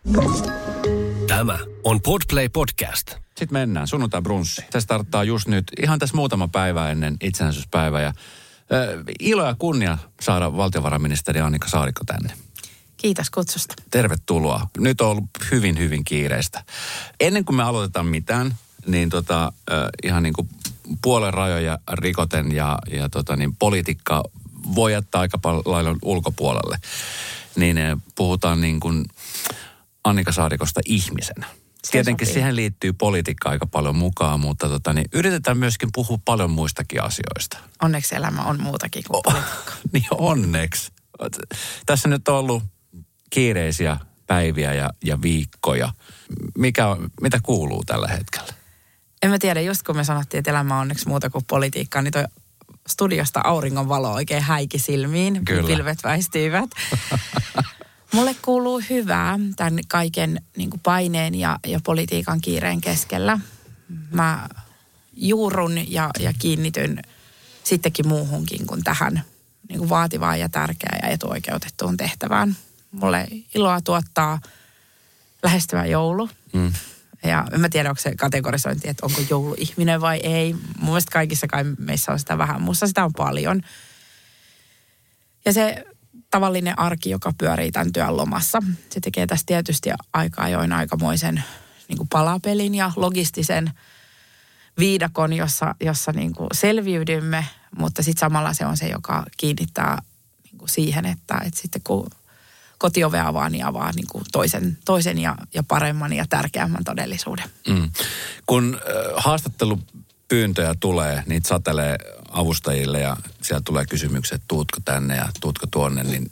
Tämä on Podplay Podcast. Sitten mennään sunnuntai brunssi. Se starttaa just nyt, ihan tässä muutama päivä ennen itsenäisyyspäivää. Ja ilo ja kunnia saada valtiovarainministeri Annika Saarikko tänne. Kiitos kutsusta. Tervetuloa. Nyt on ollut hyvin kiireistä. Ennen kuin me aloitetaan mitään, niin ihan niin kuin puolen rajoja rikoten ja politiikka voi jättää aika paljon ulkopuolelle. Niin puhutaan niin kuin Annika Saarikosta ihmisenä. Tietenkin siihen liittyy politiikka aika paljon mukaan, mutta yritetään myöskin puhua paljon muistakin asioista. Onneksi elämä on muutakin kuin politiikka. Niin onneksi. Tässä nyt on ollut kiireisiä päiviä ja viikkoja. Mitä kuuluu tällä hetkellä? En mä tiedä, just kun me sanottiin, että elämä on onneksi muuta kuin politiikkaa, niin toi studiosta auringonvalo oikein häiki silmiin. Kyllä. Pilvet väistyivät. Mulle kuuluu hyvää tämän kaiken niin kuin paineen ja politiikan kiireen keskellä. Mä juurrun ja kiinnityn sittenkin muuhunkin kuin tähän niin kuin vaativaan ja tärkeään ja etuoikeutettuun tehtävään. Mulle iloa tuottaa lähestyvä joulu. Ja en mä tiedä, onko se kategorisointi, että onko jouluihminen vai ei. Mun mielestä kaikissa kai meissä on sitä vähän, musta sitä on paljon. Ja se tavallinen arki, joka pyörii tämän työn lomassa. Se tekee tästä tietysti aika ajoin aikamoisen niin kuin palapelin ja logistisen viidakon, jossa niin kuin selviydymme, mutta sitten samalla se on se, joka kiinnittää niin kuin siihen, että sitten kun kotiove avaa, niin avaa niin kuin toisen ja paremman ja tärkeämmän todellisuuden. Kun haastattelupyyntöjä tulee, niitä satelee avustajille ja siellä tulee kysymykset, tuutko tänne ja tuutko tuonne, niin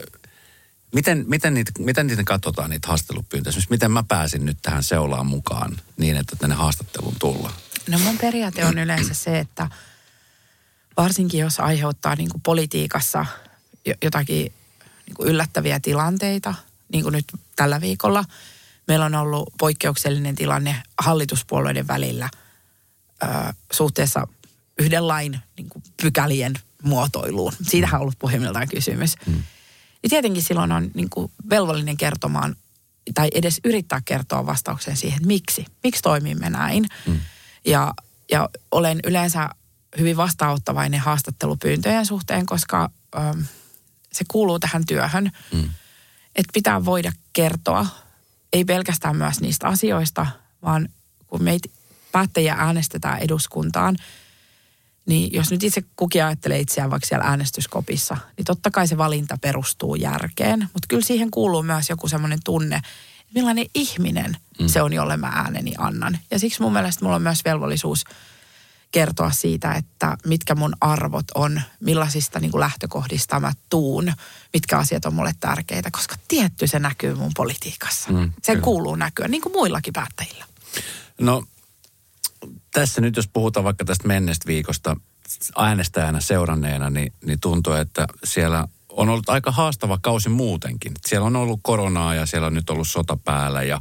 miten niitä katsotaan, niitä haastattelupyyntöjä? Esimerkiksi miten mä pääsin nyt tähän seulaan mukaan niin, että tänne haastatteluun tullaan? No mun periaate on yleensä se, että varsinkin jos aiheuttaa niin kuin politiikassa jotakin niin kuin yllättäviä tilanteita, niin kuin nyt tällä viikolla, meillä on ollut poikkeuksellinen tilanne hallituspuolueiden välillä suhteessa yhden lain niin kuin pykälien muotoiluun. Siitähän on ollut pohjimmiltaan kysymys. Ja tietenkin silloin on niin kuin velvollinen kertomaan tai edes yrittää kertoa vastauksen siihen, että miksi toimimme näin. Ja olen yleensä hyvin vastaanottavainen haastattelupyyntöjen suhteen, koska se kuuluu tähän työhön. Että pitää voida kertoa, ei pelkästään myös niistä asioista, vaan kun meitä päättäjiä äänestetään eduskuntaan, niin jos nyt itse kukin ajattelee itseään vaikka siellä äänestyskopissa, niin totta kai se valinta perustuu järkeen. Mutta kyllä siihen kuuluu myös joku semmoinen tunne, millainen ihminen se on, jolle mä ääneni annan. Ja siksi mun mielestä mulla on myös velvollisuus kertoa siitä, että mitkä mun arvot on, millaisista niin kuin lähtökohdista mä tuun, mitkä asiat on mulle tärkeitä, koska tietty se näkyy mun politiikassa. Sen kuuluu näkyä, niin kuin muillakin päättäjillä. No, tässä nyt jos puhutaan vaikka tästä menneestä viikosta äänestäjänä seuranneena, niin tuntuu, että siellä on ollut aika haastava kausi muutenkin. Siellä on ollut koronaa ja siellä on nyt ollut sota päällä ja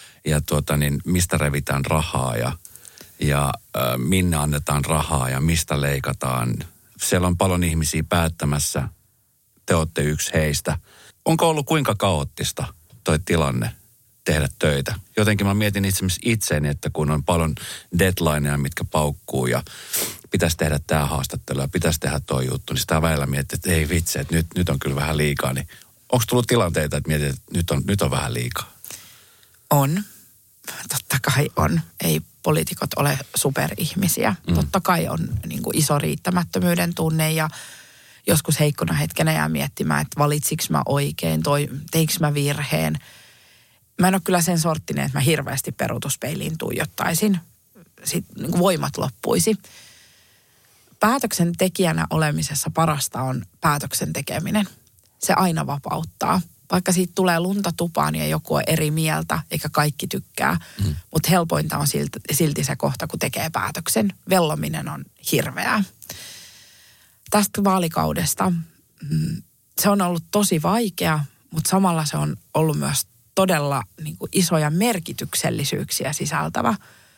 mistä revitään rahaa ja minne annetaan rahaa ja mistä leikataan. Siellä on paljon ihmisiä päättämässä. Te olette yksi heistä. Onko ollut kuinka kaoottista toi tilanne tehdä töitä? Jotenkin mä mietin itseäni, että kun on paljon deadlineja, mitkä paukkuu ja pitäisi tehdä tämä haastattelu ja pitäisi tehdä tuo juttu, niin sitä välillä mietit, että ei vitsi, että nyt on kyllä vähän liikaa. Niin onko tullut tilanteita, että mietit, että nyt on vähän liikaa? On. Totta kai on. Ei poliitikot ole superihmisiä. Totta kai on niin kuin iso riittämättömyyden tunne ja joskus heikkona hetkenä jää miettimään, että valitsinko mä oikein, teikö mä virheen. Mä en ole kyllä sen sorttinen, että mä hirveästi peruutuspeiliin tuijottaisin. Sitten niin kuin voimat loppuisi. Päätöksentekijänä olemisessa parasta on päätöksen tekeminen. Se aina vapauttaa. Vaikka siitä tulee lunta tupaan ja joku on eri mieltä, eikä kaikki tykkää. Mutta helpointa on silti se kohta, kun tekee päätöksen. Vellominen on hirveää. Tästä vaalikaudesta se on ollut tosi vaikea, mutta samalla se on ollut myös todella niin kuin isoja merkityksellisyyksiä sisältävä.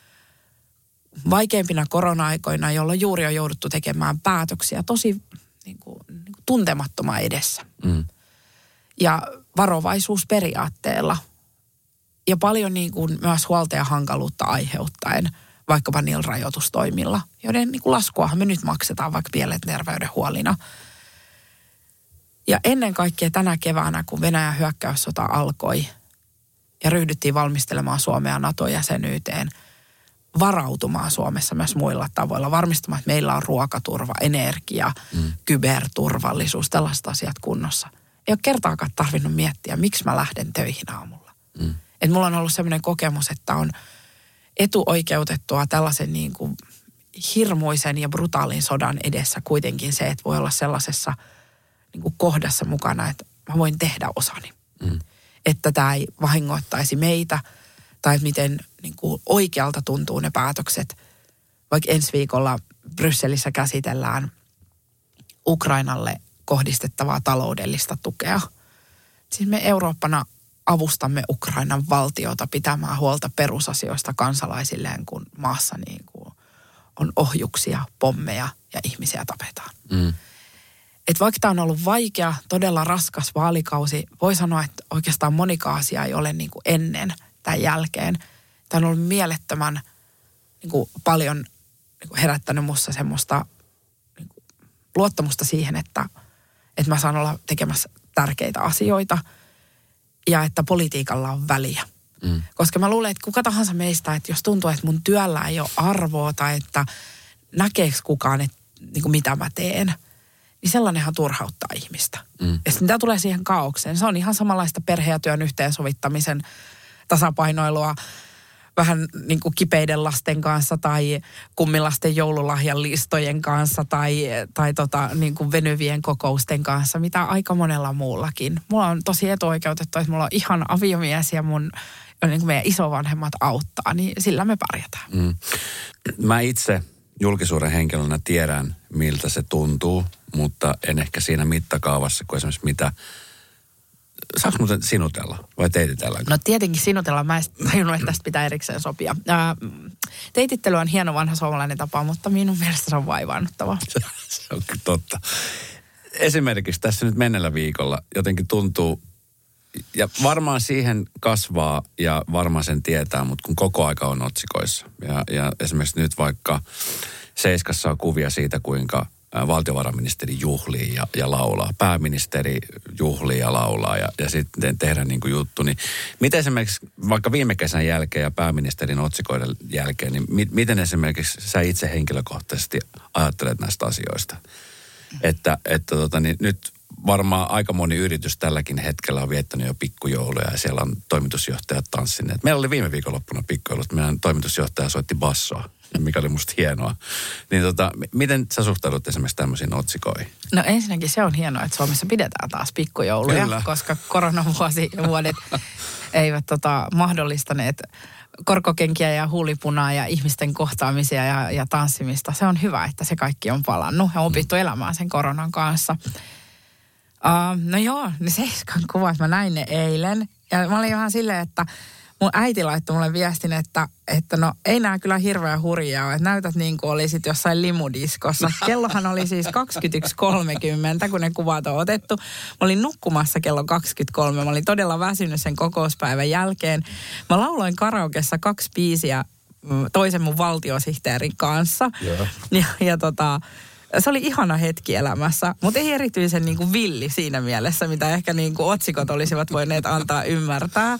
Vaikeimpina korona-aikoina, jolloin juuri on jouduttu tekemään päätöksiä tosi niin kuin tuntemattoman edessä. Ja varovaisuusperiaatteella Ja paljon niin kuin myös huolta ja hankaluutta aiheuttaen, vaikkapa niillä rajoitustoimilla, joiden niin kuin laskuahan me nyt maksetaan vaikka mielenterveydenhuolina. Ja ennen kaikkea tänä keväänä, kun Venäjän hyökkäyssota alkoi ja ryhdyttiin valmistelemaan Suomea NATO-jäsenyyteen, varautumaan Suomessa myös muilla tavoilla, varmistamaan, että meillä on ruokaturva, energia, kyberturvallisuus, tällaiset asiat kunnossa. Ei ole kertaakaan tarvinnut miettiä, miksi mä lähden töihin aamulla. Että mulla on ollut sellainen kokemus, että on etuoikeutettua tällaisen niin kuin hirmuisen ja brutaalin sodan edessä kuitenkin se, että voi olla sellaisessa niin kuin kohdassa mukana, että mä voin tehdä osani. Että tämä ei vahingoittaisi meitä tai että miten niin kuin oikealta tuntuu ne päätökset. Vaikka ensi viikolla Brysselissä käsitellään Ukrainalle kohdistettavaa taloudellista tukea. Siis me Eurooppana avustamme Ukrainan valtiota pitämään huolta perusasioista kansalaisilleen, kun maassa niin kuin on ohjuksia, pommeja ja ihmisiä tapetaan. Et vaikka tämä on ollut vaikea, todella raskas vaalikausi, voi sanoa, että oikeastaan monikaan asia ei ole niin kuin ennen tai jälkeen. Tämä on ollut mielettömän niin kuin paljon niin kuin herättänyt musta semmoista niin kuin luottamusta siihen, että mä saan olla tekemässä tärkeitä asioita ja että politiikalla on väliä. Koska mä luulen, että kuka tahansa meistä, että jos tuntuu, että mun työllä ei ole arvoa tai että näkeekö kukaan, että niin kuin mitä mä teen, niin sellainenhan turhauttaa ihmistä. Ja sitten mitä tulee siihen kaaukseen, se on ihan samanlaista perhe- ja työn yhteensovittamisen tasapainoilua vähän niin kuin kipeiden lasten kanssa tai kummilasten joululahjan listojen kanssa tai niin kuin venyvien kokousten kanssa, mitä aika monella muullakin. Mulla on tosi etuoikeutettu, että mulla on ihan aviomies ja mun niin kuin meidän isovanhemmat auttaa, niin sillä me pärjätään. Mä itse julkisuuden henkilönä tiedän, miltä se tuntuu, mutta en ehkä siinä mittakaavassa, kuin esimerkiksi mitä. Saanko muuten sinutella vai teititellä? No tietenkin sinutella. Mä en tajunnut, että tästä pitää erikseen sopia. Teitittely on hieno vanha suomalainen tapa, mutta minun mielestä se on vaivaannuttavaa. Se on kyllä totta. Esimerkiksi tässä nyt mennellä viikolla jotenkin tuntuu, ja varmaan siihen kasvaa ja varmaan sen tietää, mutta kun koko aika on otsikoissa. Ja esimerkiksi nyt vaikka Seiskassa on kuvia siitä, kuinka valtiovarainministeri juhlii ja laulaa. Pääministeri juhlii ja laulaa ja sitten tehdään niin kuin juttu. Niin miten esimerkiksi vaikka viime kesän jälkeen ja pääministerin otsikoiden jälkeen, niin miten esimerkiksi sä itse henkilökohtaisesti ajattelet näistä asioista? Että niin nyt varmaan aika moni yritys tälläkin hetkellä on viettänyt jo pikkujouluja ja siellä on toimitusjohtajat tanssineet. Meillä oli viime viikonloppuna pikkujoulut, meidän toimitusjohtaja soitti bassoa, mikä oli musta hienoa. Niin miten sä suhtaudut esimerkiksi tämmöisiin otsikoihin? No ensinnäkin se on hienoa, että Suomessa pidetään taas pikkujouluja, kyllä, koska koronavuodet eivät mahdollistaneet korkokenkiä ja huulipunaa ja ihmisten kohtaamisia ja tanssimista. Se on hyvä, että se kaikki on palannut ja opittu elämään sen koronan kanssa. No joo, ne Seiskan kuvat, mä näin ne eilen. Ja mä olin ihan silleen, että mun äiti laittoi mulle viestin, että no ei nää kyllä hirveän hurjaa, että näytät niin kuin olisit jossain limudiskossa. Kellohan oli siis 21.30, kun ne kuvat on otettu. Mä olin nukkumassa kello 23, mä olin todella väsynyt sen kokouspäivän jälkeen. Mä lauloin karaokessa 2 biisiä toisen mun valtiosihteerin kanssa. Ja se oli ihana hetki elämässä, mutta ei erityisen niin kuin villi siinä mielessä, mitä ehkä niin kuin otsikot olisivat voineet antaa ymmärtää.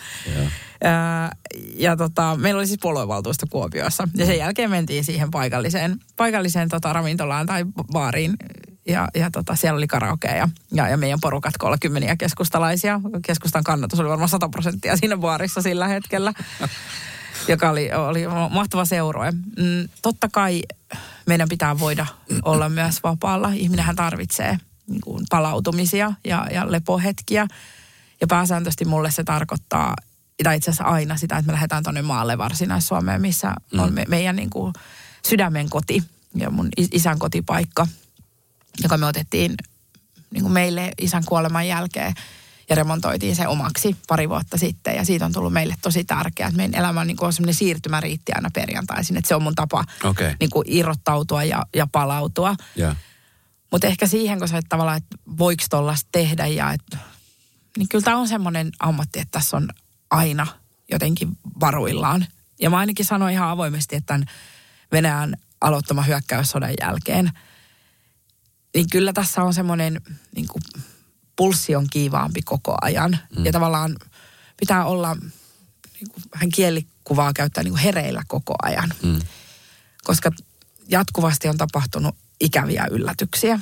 Meillä oli siis puoluevaltuusto Kuopiossa ja sen jälkeen mentiin siihen paikalliseen ravintolaan tai baariin ja siellä oli karaokea ja meidän porukat koolla 10 keskustalaisia. Keskustan kannatus oli varmaan 100% siinä baarissa sillä hetkellä, joka oli mahtava seurue. Totta kai meidän pitää voida olla myös vapaalla. Ihminenhän tarvitsee niin kuin palautumisia ja lepohetkiä. Ja pääsääntöisesti mulle se tarkoittaa, tai itse asiassa aina sitä, että me lähdetään tuonne maalle Varsinais-Suomeen, missä on meidän niin kuin sydämen koti ja mun isän kotipaikka, joka me otettiin niin kuin meille isän kuoleman jälkeen ja remontoitiin se omaksi pari vuotta sitten. Ja siitä on tullut meille tosi tärkeää, että meidän elämä on, niin kuin on semmoinen siirtymäriitti aina perjantaisin. Että se on mun tapa niin kuin irrottautua ja palautua. Yeah. Mutta ehkä siihen, kun sä et tavallaan, että voiko tollaista tehdä niin kyllä tämä on semmoinen ammatti, että tässä on aina jotenkin varuillaan. Ja mä ainakin sanoin ihan avoimesti, että tämän Venäjän aloittama hyökkäyssodan jälkeen, niin kyllä tässä on semmoinen niin kuin pulssi on kiivaampi koko ajan. Ja tavallaan pitää olla, niin kuin hän kielikuvaa käyttää niin kuin hereillä koko ajan. Koska jatkuvasti on tapahtunut ikäviä yllätyksiä.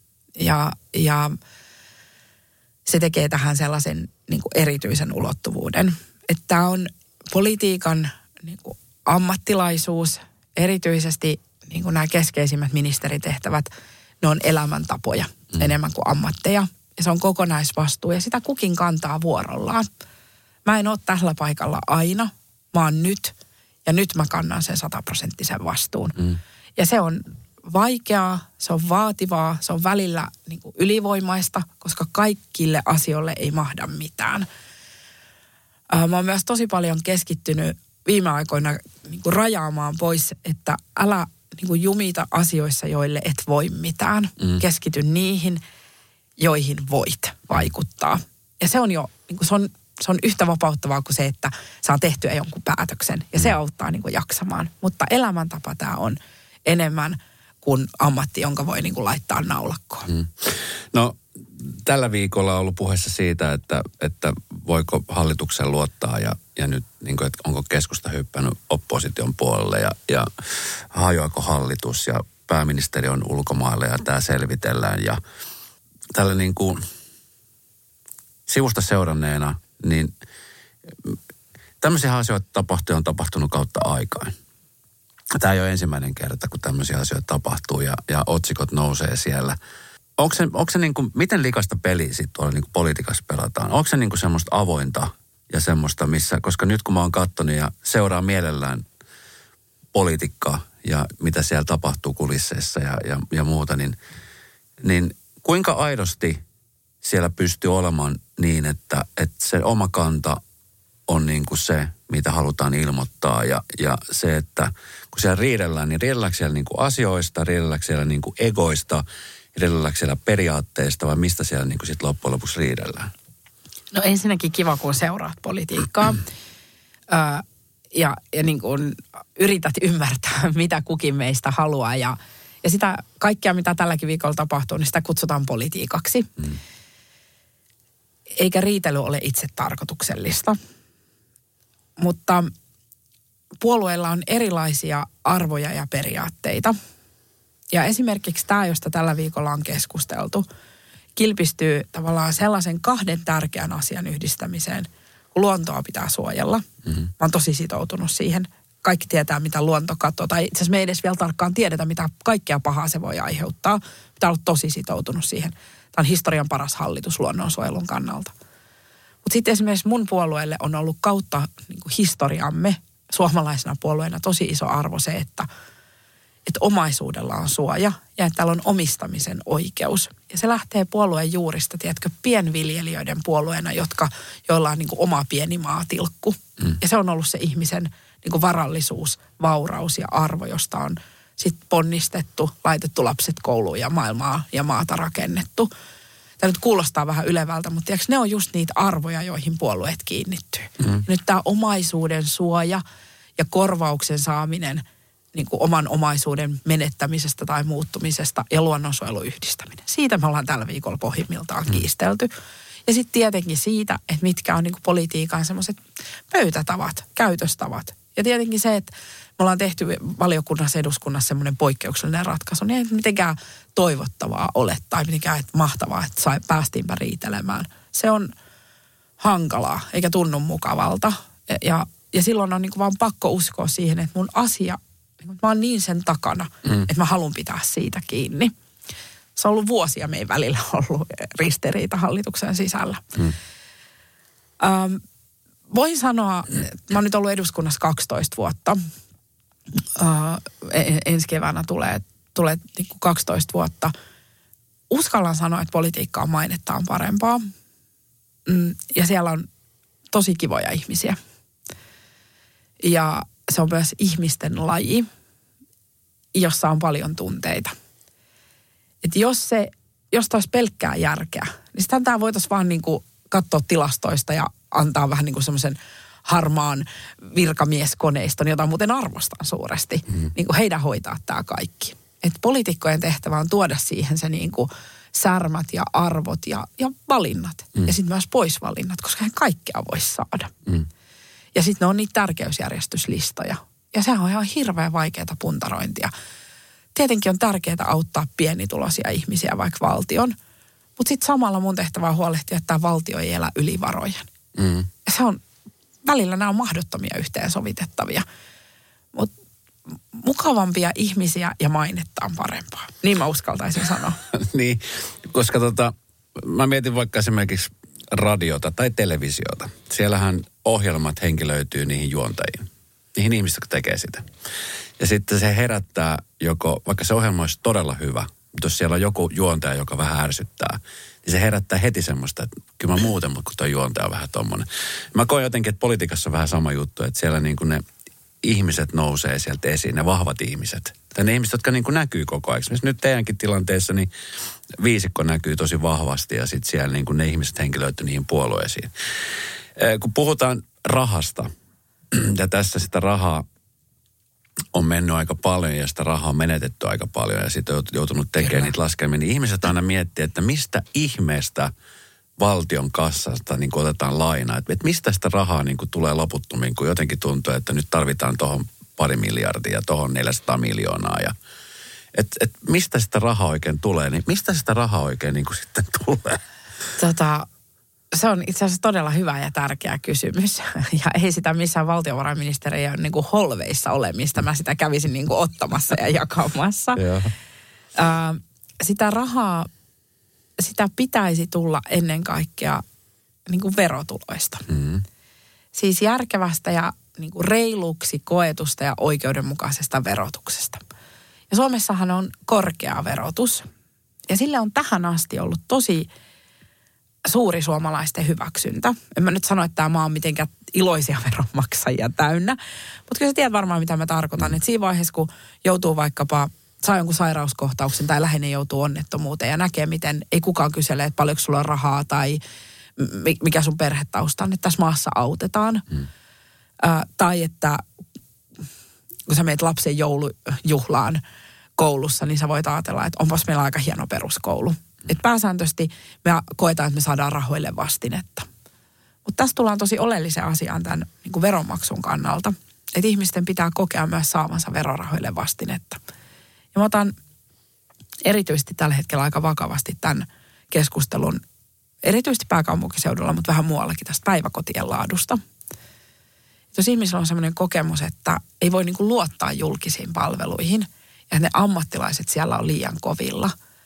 Ja se tekee tähän sellaisen niin kuin erityisen ulottuvuuden. Että tämä on politiikan niin kuin ammattilaisuus, erityisesti niin kuin nämä keskeisimmät ministeritehtävät, ne on elämäntapoja enemmän kuin ammatteja. Ja se on kokonaisvastuu ja sitä kukin kantaa vuorollaan. Mä en ole tällä paikalla aina, mä oon nyt ja nyt mä kannan sen 100% vastuun. Ja se on vaikeaa, se on vaativaa, se on välillä niin kuin ylivoimaista, koska kaikille asioille ei mahda mitään. Mä oon myös tosi paljon keskittynyt viime aikoina niin kuin rajaamaan pois, että älä niin kuin jumita asioissa, joille et voi mitään. Keskity niihin, joihin voit vaikuttaa. Ja se on jo, niin kuin se on yhtä vapauttavaa kuin se, että saa tehtyä jonkun päätöksen. Ja se auttaa niin kuin jaksamaan. Mutta elämäntapa tämä on enemmän kuin ammatti, jonka voi niin kuin laittaa naulakkoon. No, tällä viikolla on ollut puheessa siitä, että voiko hallituksen luottaa ja nyt, niin kuin, että onko keskusta hyppännyt opposition puolelle ja hajoako hallitus ja pääministeri on ulkomailla ja tämä selvitellään. Ja tällä niin kuin sivusta seuranneena, niin tämmöisiä asioita on tapahtunut kautta aikaan. Tämä ei ole ensimmäinen kerta, kun tämmöisiä asioita tapahtuu ja otsikot nousee siellä. Onko se niin kuin, miten likasta peliä sitten tuolla niin kuin politiikassa pelataan? Onko se niin kuin semmoista avointa ja semmoista, koska nyt kun mä oon katsonut ja seuraan mielellään politiikkaa ja mitä siellä tapahtuu kulisseissa ja muuta, niin kuinka aidosti siellä pystyy olemaan niin, että se oma kanta on niin kuin se, mitä halutaan ilmoittaa ja se, että kun siellä riidellään, niin riidelläänkö siellä niin kuin asioista, riidelläänkö siellä niin kuin egoista, riidelläänkö siellä periaatteista vai mistä siellä niin kuin sit loppujen lopuksi riidellään? No ensinnäkin kiva, kun seuraat politiikkaa ja niin kuin yrität ymmärtää, mitä kukin meistä haluaa ja sitä kaikkea, mitä tälläkin viikolla tapahtuu, niin sitä kutsutaan politiikaksi. Eikä riitely ole itse tarkoituksellista. Mutta puolueilla on erilaisia arvoja ja periaatteita. Ja esimerkiksi tämä, josta tällä viikolla on keskusteltu, kilpistyy tavallaan sellaisen kahden tärkeän asian yhdistämiseen, kun luontoa pitää suojella. Mä oon tosi sitoutunut siihen. Kaikki tietää, mitä luontokato, tai itse asiassa me ei edes vielä tarkkaan tiedetä, mitä kaikkea pahaa se voi aiheuttaa. Pitää olla tosi sitoutunut siihen. Tämä on historian paras hallitus luonnonsuojelun kannalta. Mutta sitten esimerkiksi mun puolueelle on ollut kautta niin kuin historiamme suomalaisena puolueena tosi iso arvo se, että omaisuudella on suoja ja että täällä on omistamisen oikeus. Ja se lähtee puolueen juurista, tiedätkö, pienviljelijöiden puolueena, joilla on niin kuin oma pieni maatilkku. Ja se on ollut se ihmisen niin kuin varallisuus, vauraus ja arvo, josta on sitten ponnistettu, laitettu lapset kouluun ja maailmaa ja maata rakennettu. Tämä nyt kuulostaa vähän ylevältä, mutta tiedätkö, ne on just niitä arvoja, joihin puolueet kiinnittyy. Nyt tämä omaisuuden suoja ja korvauksen saaminen niin kuin oman omaisuuden menettämisestä tai muuttumisesta ja luonnonsuojelun yhdistäminen. Siitä me ollaan tällä viikolla pohjimmiltaan kiistelty. Ja sitten tietenkin siitä, että mitkä on niin kuin politiikan semmoiset pöytätavat, käytöstavat. Ja tietenkin se, että me ollaan tehty valiokunnassa, eduskunnassa semmoinen poikkeuksellinen ratkaisu, niin ei mitenkään toivottavaa ole tai mitenkään mahtavaa, että päästiinpä riitelemään. Se on hankalaa eikä tunnu mukavalta. Ja silloin on niin kuin vaan pakko uskoa siihen, että mun asia, mä oon niin sen takana, että mä haluan pitää siitä kiinni. Se on ollut vuosia meidän välillä ollut ristiriita hallituksen sisällä. Voin sanoa, mä oon nyt ollut eduskunnassa 12 vuotta. Ensi keväänä tulee niin kuin 12 vuotta. Uskallan sanoa, että politiikka on mainettaan parempaa. Ja siellä on tosi kivoja ihmisiä. Ja se on myös ihmisten laji, jossa on paljon tunteita. Että jos taas pelkkää järkeä, niin sitähän tämä voitaisiin vaan niin kuin katsoa tilastoista ja antaa vähän niin kuin semmoisen harmaan virkamieskoneiston, jota muuten arvostan suuresti, niin kuin heidän hoitaa tämä kaikki. Että poliitikkojen tehtävä on tuoda siihen se niin kuin särmät ja arvot ja valinnat. Ja sitten myös poisvalinnat, koska he kaikkea voisi saada. Ja sitten ne on niitä tärkeysjärjestyslistoja. Ja sehän on ihan hirveän vaikeaa puntarointia. Tietenkin on tärkeää auttaa pienituloisia ihmisiä, vaikka valtion. Mutta sitten samalla mun tehtävä on huolehtia, että tämä valtio ei elä yli varojen. Ja se on, välillä nämä on mahdottomia yhteensovitettavia. Mutta mukavampia ihmisiä ja mainetta on parempaa. Niin mä uskaltaisin sanoa. Niin, koska mä mietin vaikka esimerkiksi radiota tai televisiota. Siellähän ohjelmat henkilöityy niihin juontajiin. Niihin ihmisiin, jotka tekee sitä. Ja sitten se herättää vaikka se ohjelma olisi todella hyvä, mutta jos siellä on joku juontaja, joka vähän ärsyttää, niin se herättää heti semmoista, että kyllä mä muuten, mutta kun tuo juontaja on vähän tommoinen. Mä koen jotenkin, että politiikassa on vähän sama juttu, että siellä niin kuin ne ihmiset nousee sieltä esiin, ne vahvat ihmiset. Tai ne ihmiset, jotka niin kuin näkyy koko ajan. Esimerkiksi nyt teidänkin tilanteessa, niin viisikko näkyy tosi vahvasti ja sitten siellä niin kuin ne ihmiset henkilöityy niihin puolueisiin. Kun puhutaan rahasta, ja tässä sitä rahaa on mennyt aika paljon ja sitä rahaa on menetetty aika paljon ja sitten on joutunut tekemään niitä laskelmia, niin ihmiset aina miettii, että mistä ihmeestä valtion kassasta niin kuin otetaan lainaa. Että mistä sitä rahaa niin kuin tulee loputtomiin, kun jotenkin tuntuu, että nyt tarvitaan tuohon 2 miljardia ja tuohon 400 miljoonaa. Ja, mistä sitä rahaa oikein tulee, niin mistä sitä rahaa oikein niin kuin sitten tulee? Se on itse asiassa todella hyvä ja tärkeä kysymys. Ja ei sitä missään valtiovarainministeriön niin kuin holveissa ole, mistä mä sitä kävisin niin kuin ottamassa ja jakamassa. Sitä rahaa, sitä pitäisi tulla ennen kaikkea niin kuin verotuloista. Siis järkevästä ja niin kuin reiluksi koetusta ja oikeudenmukaisesta verotuksesta. Ja Suomessahan on korkea verotus. Ja sille on tähän asti ollut tosi suuri suomalaisten hyväksyntä. En mä nyt sano, että tämä maa on mitenkään iloisia veronmaksajia täynnä. Mutta kyllä sä tiedät varmaan, mitä mä tarkoitan. Että siinä vaiheessa, kun joutuu vaikkapa, saa jonkun sairauskohtauksen tai läheinen joutuu onnettomuuteen ja näkee, miten ei kukaan kysele, että paljonko sulla on rahaa tai mikä sun perhetausta on, että tässä maassa autetaan. Tai että kun sä meet lapsen joulujuhlaan koulussa, niin sä voit ajatella, että onpas meillä aika hieno peruskoulu. Että pääsääntöisesti me koetaan, että me saadaan rahoille vastinetta. Mutta tässä tullaan tosi oleelliseen asiaan tämän niin kuin veronmaksun kannalta. Että ihmisten pitää kokea myös saavansa verorahoille vastinetta. Ja mä otan erityisesti tällä hetkellä aika vakavasti tämän keskustelun, erityisesti pääkaupunkiseudulla, mutta vähän muuallakin tästä päiväkotien laadusta. Jos ihmisillä on sellainen kokemus, että ei voi niin kuin luottaa julkisiin palveluihin ja ne ammattilaiset siellä on liian kovilla,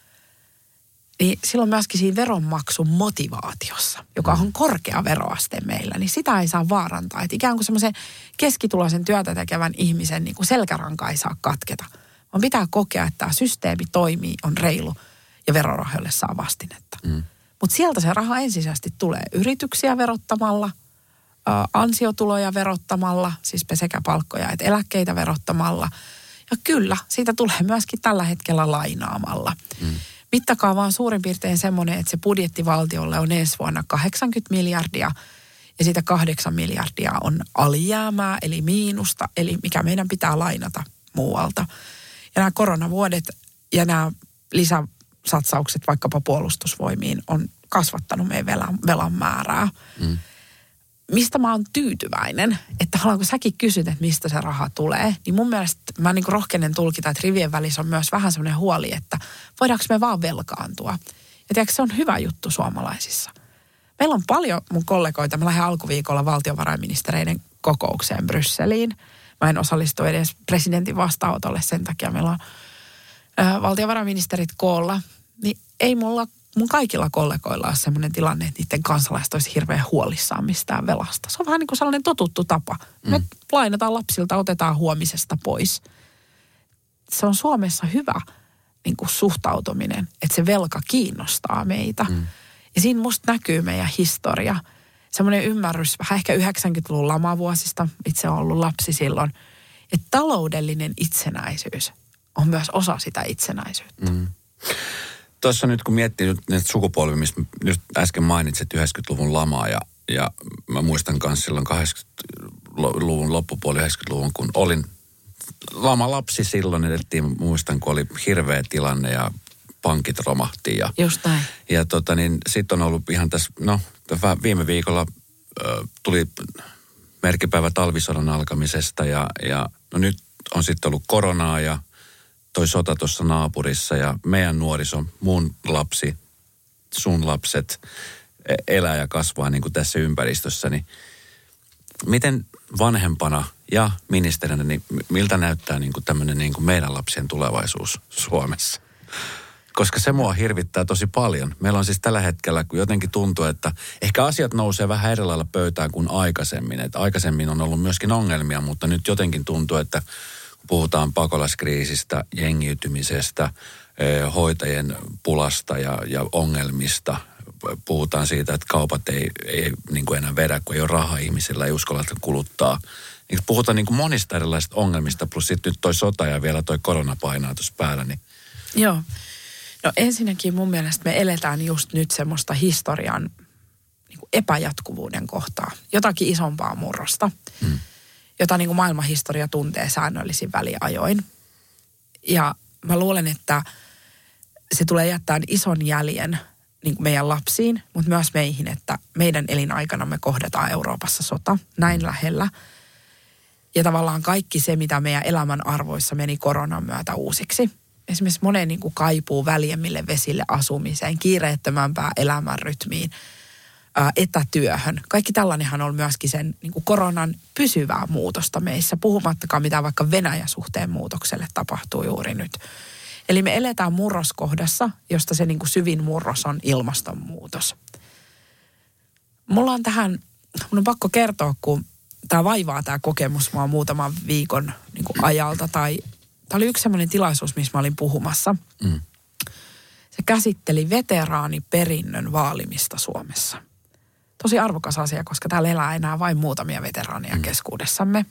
niin silloin myöskin siinä veronmaksun motivaatiossa, joka on korkea veroaste meillä, niin sitä ei saa vaarantaa. Että ikään kuin semmoisen keskituloisen työtä tekevän ihmisen niin kuin selkäranka ei saa katketa. Vaan pitää kokea, että tämä systeemi toimii, on reilu ja verorahoille saa vastinetta. Mutta sieltä se raha ensisijaisesti tulee yrityksiä verottamalla, ansiotuloja verottamalla, siis sekä palkkoja että eläkkeitä verottamalla. Ja kyllä, siitä tulee myöskin tällä hetkellä lainaamalla. Mittakaava on suurin piirtein semmoinen, että se budjetti valtiolle on ensi vuonna 80 miljardia ja siitä 8 miljardia on alijäämää eli miinusta, eli mikä meidän pitää lainata muualta. Ja nämä koronavuodet ja nämä lisäsatsaukset vaikkapa puolustusvoimiin on kasvattanut meidän velan määrää. Mistä mä oon tyytyväinen, että haluanko säkin kysyt, että mistä se raha tulee, niin mun mielestä mä niin kuin rohkenen tulkita, että rivien välissä on myös vähän semmoinen huoli, että voidaanko me vaan velkaantua. Ja tiedätkö, se on hyvä juttu suomalaisissa. Meillä on paljon mun kollegoita, mä lähden alkuviikolla valtiovarainministereiden kokoukseen Brysseliin. Mä en osallistu edes presidentin vastaanotolle, sen takia meillä on valtiovarainministerit koolla. Niin ei mun kaikilla kollegoilla on sellainen tilanne, että niiden kansalaiset olisi hirveän huolissaan mistään velasta. Se on vähän niin kuin sellainen totuttu tapa. Me lainataan lapsilta, otetaan huomisesta pois. Se on Suomessa hyvä niin kuin suhtautuminen, että se velka kiinnostaa meitä. Ja siinä musta näkyy meidän historia. Semmoinen ymmärrys, vähän ehkä 90-luvun lamavuosista, itse olen ollut lapsi silloin, että taloudellinen itsenäisyys on myös osa sitä itsenäisyyttä. Tuossa nyt kun miettii nyt näitä sukupolvia, mistä nyt äsken mainitsit 90-luvun lamaa ja ja mä muistan myös silloin 80-luvun loppupuoli 90-luvun, kun olin lamalapsi silloin, edettiin, muistan, kun oli hirveä tilanne ja pankit romahti. Just näin. Ja sitten on ollut ihan tässä, viime viikolla tuli merkipäivä talvisodan alkamisesta ja nyt on sitten ollut koronaa ja toi sota tuossa naapurissa ja meidän nuoriso, mun lapsi, sun lapset elää ja kasvaa niin kuin tässä ympäristössä, niin miten vanhempana ja ministerinä, niin miltä näyttää niin kuin tämmöinen niin kuin meidän lapsien tulevaisuus Suomessa? Koska se mua hirvittää tosi paljon. Meillä on siis tällä hetkellä, kun jotenkin tuntuu, että ehkä asiat nousee vähän eri lailla pöytään kuin aikaisemmin. Että aikaisemmin on ollut myöskin ongelmia, mutta nyt jotenkin tuntuu, että kun puhutaan pakolaiskriisistä, jengiytymisestä, hoitajien pulasta ja ongelmista, puhutaan siitä, että kaupat ei niin kuin enää vedä, kun ei ole rahaa ihmisillä, ei uskalla kuluttaa. Niin puhutaan niin kuin monista erilaisista ongelmista, plus sitten nyt toi sota ja vielä toi korona painaa tuossa päällä. Niin. Joo. No ensinnäkin mun mielestä me eletään just nyt semmoista historian niin kuin epäjatkuvuuden kohtaa. Jotakin isompaa murrosta, jota niin kuin maailmanhistoria tuntee säännöllisin väliajoin. Ja mä luulen, että se tulee jättämään ison jäljen niin kuin meidän lapsiin, mutta myös meihin, että meidän elinaikana me kohdataan Euroopassa sota näin lähellä. Ja tavallaan kaikki se, mitä meidän elämän arvoissa meni koronan myötä uusiksi. Esimerkiksi monen niin kuin kaipuu väljemmille vesille asumiseen, kiireettömämpään elämänrytmiin, etätyöhön. Kaikki tällainenhan on myöskin sen niin kuin koronan pysyvää muutosta meissä, puhumattakaan mitä vaikka Venäjä-suhteen muutokselle tapahtuu juuri nyt. Eli me eletään murroskohdassa, josta se niin kuin syvin murros on ilmastonmuutos. Mun on pakko kertoa, kun tämä vaivaa tämä kokemus mua muutaman viikon niin kuin ajalta. Tämä oli yksi sellainen tilaisuus, missä mä olin puhumassa. Se käsitteli veteraaniperinnön vaalimista Suomessa. Tosi arvokas asia, koska täällä elää enää vain muutamia veteraaneja keskuudessamme.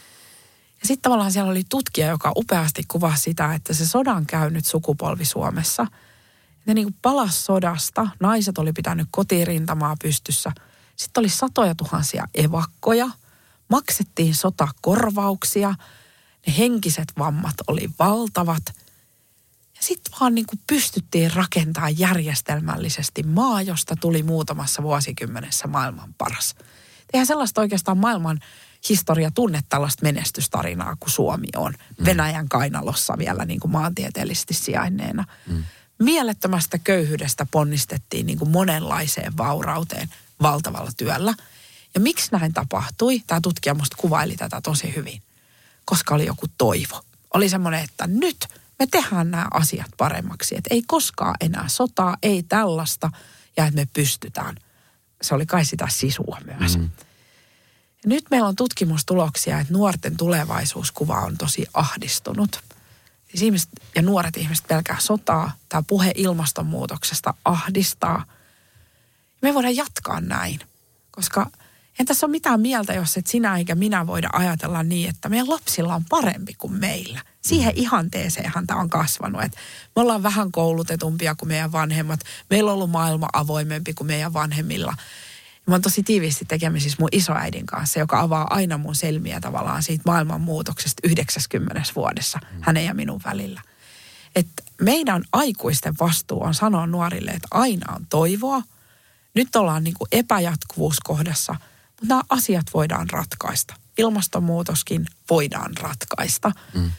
Ja sitten tavallaan siellä oli tutkija, joka upeasti kuvasi sitä, että se sodan käynyt sukupolvi Suomessa, ne niin kuin palasi sodasta, naiset oli pitänyt kotirintamaa pystyssä, sitten oli satoja tuhansia evakkoja, maksettiin sotakorvauksia, ne henkiset vammat oli valtavat. Ja sitten vaan niin kuin pystyttiin rakentamaan järjestelmällisesti maa, josta tuli muutamassa vuosikymmenessä maailman paras. Eihän sellaista oikeastaan maailman historia tunne tällaista menestystarinaa kuin Suomi on. Venäjän kainalossa vielä niin kuin maantieteellisesti sijainneena. Mielettömästä köyhyydestä ponnistettiin niin kuin monenlaiseen vaurauteen valtavalla työllä. Ja miksi näin tapahtui? Tämä tutkija musta kuvaili tätä tosi hyvin. Koska oli joku toivo. Oli semmoinen, että nyt me tehdään nämä asiat paremmaksi. Että ei koskaan enää sotaa, ei tällaista ja että me pystytään. Se oli kai sitä sisua myös. Ja nyt meillä on tutkimustuloksia, että nuorten tulevaisuuskuva on tosi ahdistunut. Siis ihmiset ja nuoret ihmiset pelkää sotaa. Tämä puhe ilmastonmuutoksesta ahdistaa. Me voidaan jatkaa näin, koska en tässä ole mitään mieltä, jos et sinä eikä minä voida ajatella niin, että meidän lapsilla on parempi kuin meillä. Siihen ihanteeseenhan tämä on kasvanut, että me ollaan vähän koulutetumpia kuin meidän vanhemmat. Meillä on ollut maailma avoimempi kuin meidän vanhemmilla. Mä oon tosi tiiviisti tekemisissä mun isoäidin kanssa, joka avaa aina mun selmiä tavallaan siitä maailmanmuutoksesta 90 vuodessa hänen ja minun välillä. Että meidän aikuisten vastuu on sanoa nuorille, että aina on toivoa. Nyt ollaan niin kuin epäjatkuvuuskohdassa, mutta nämä asiat voidaan ratkaista. Ilmastonmuutoskin voidaan ratkaista.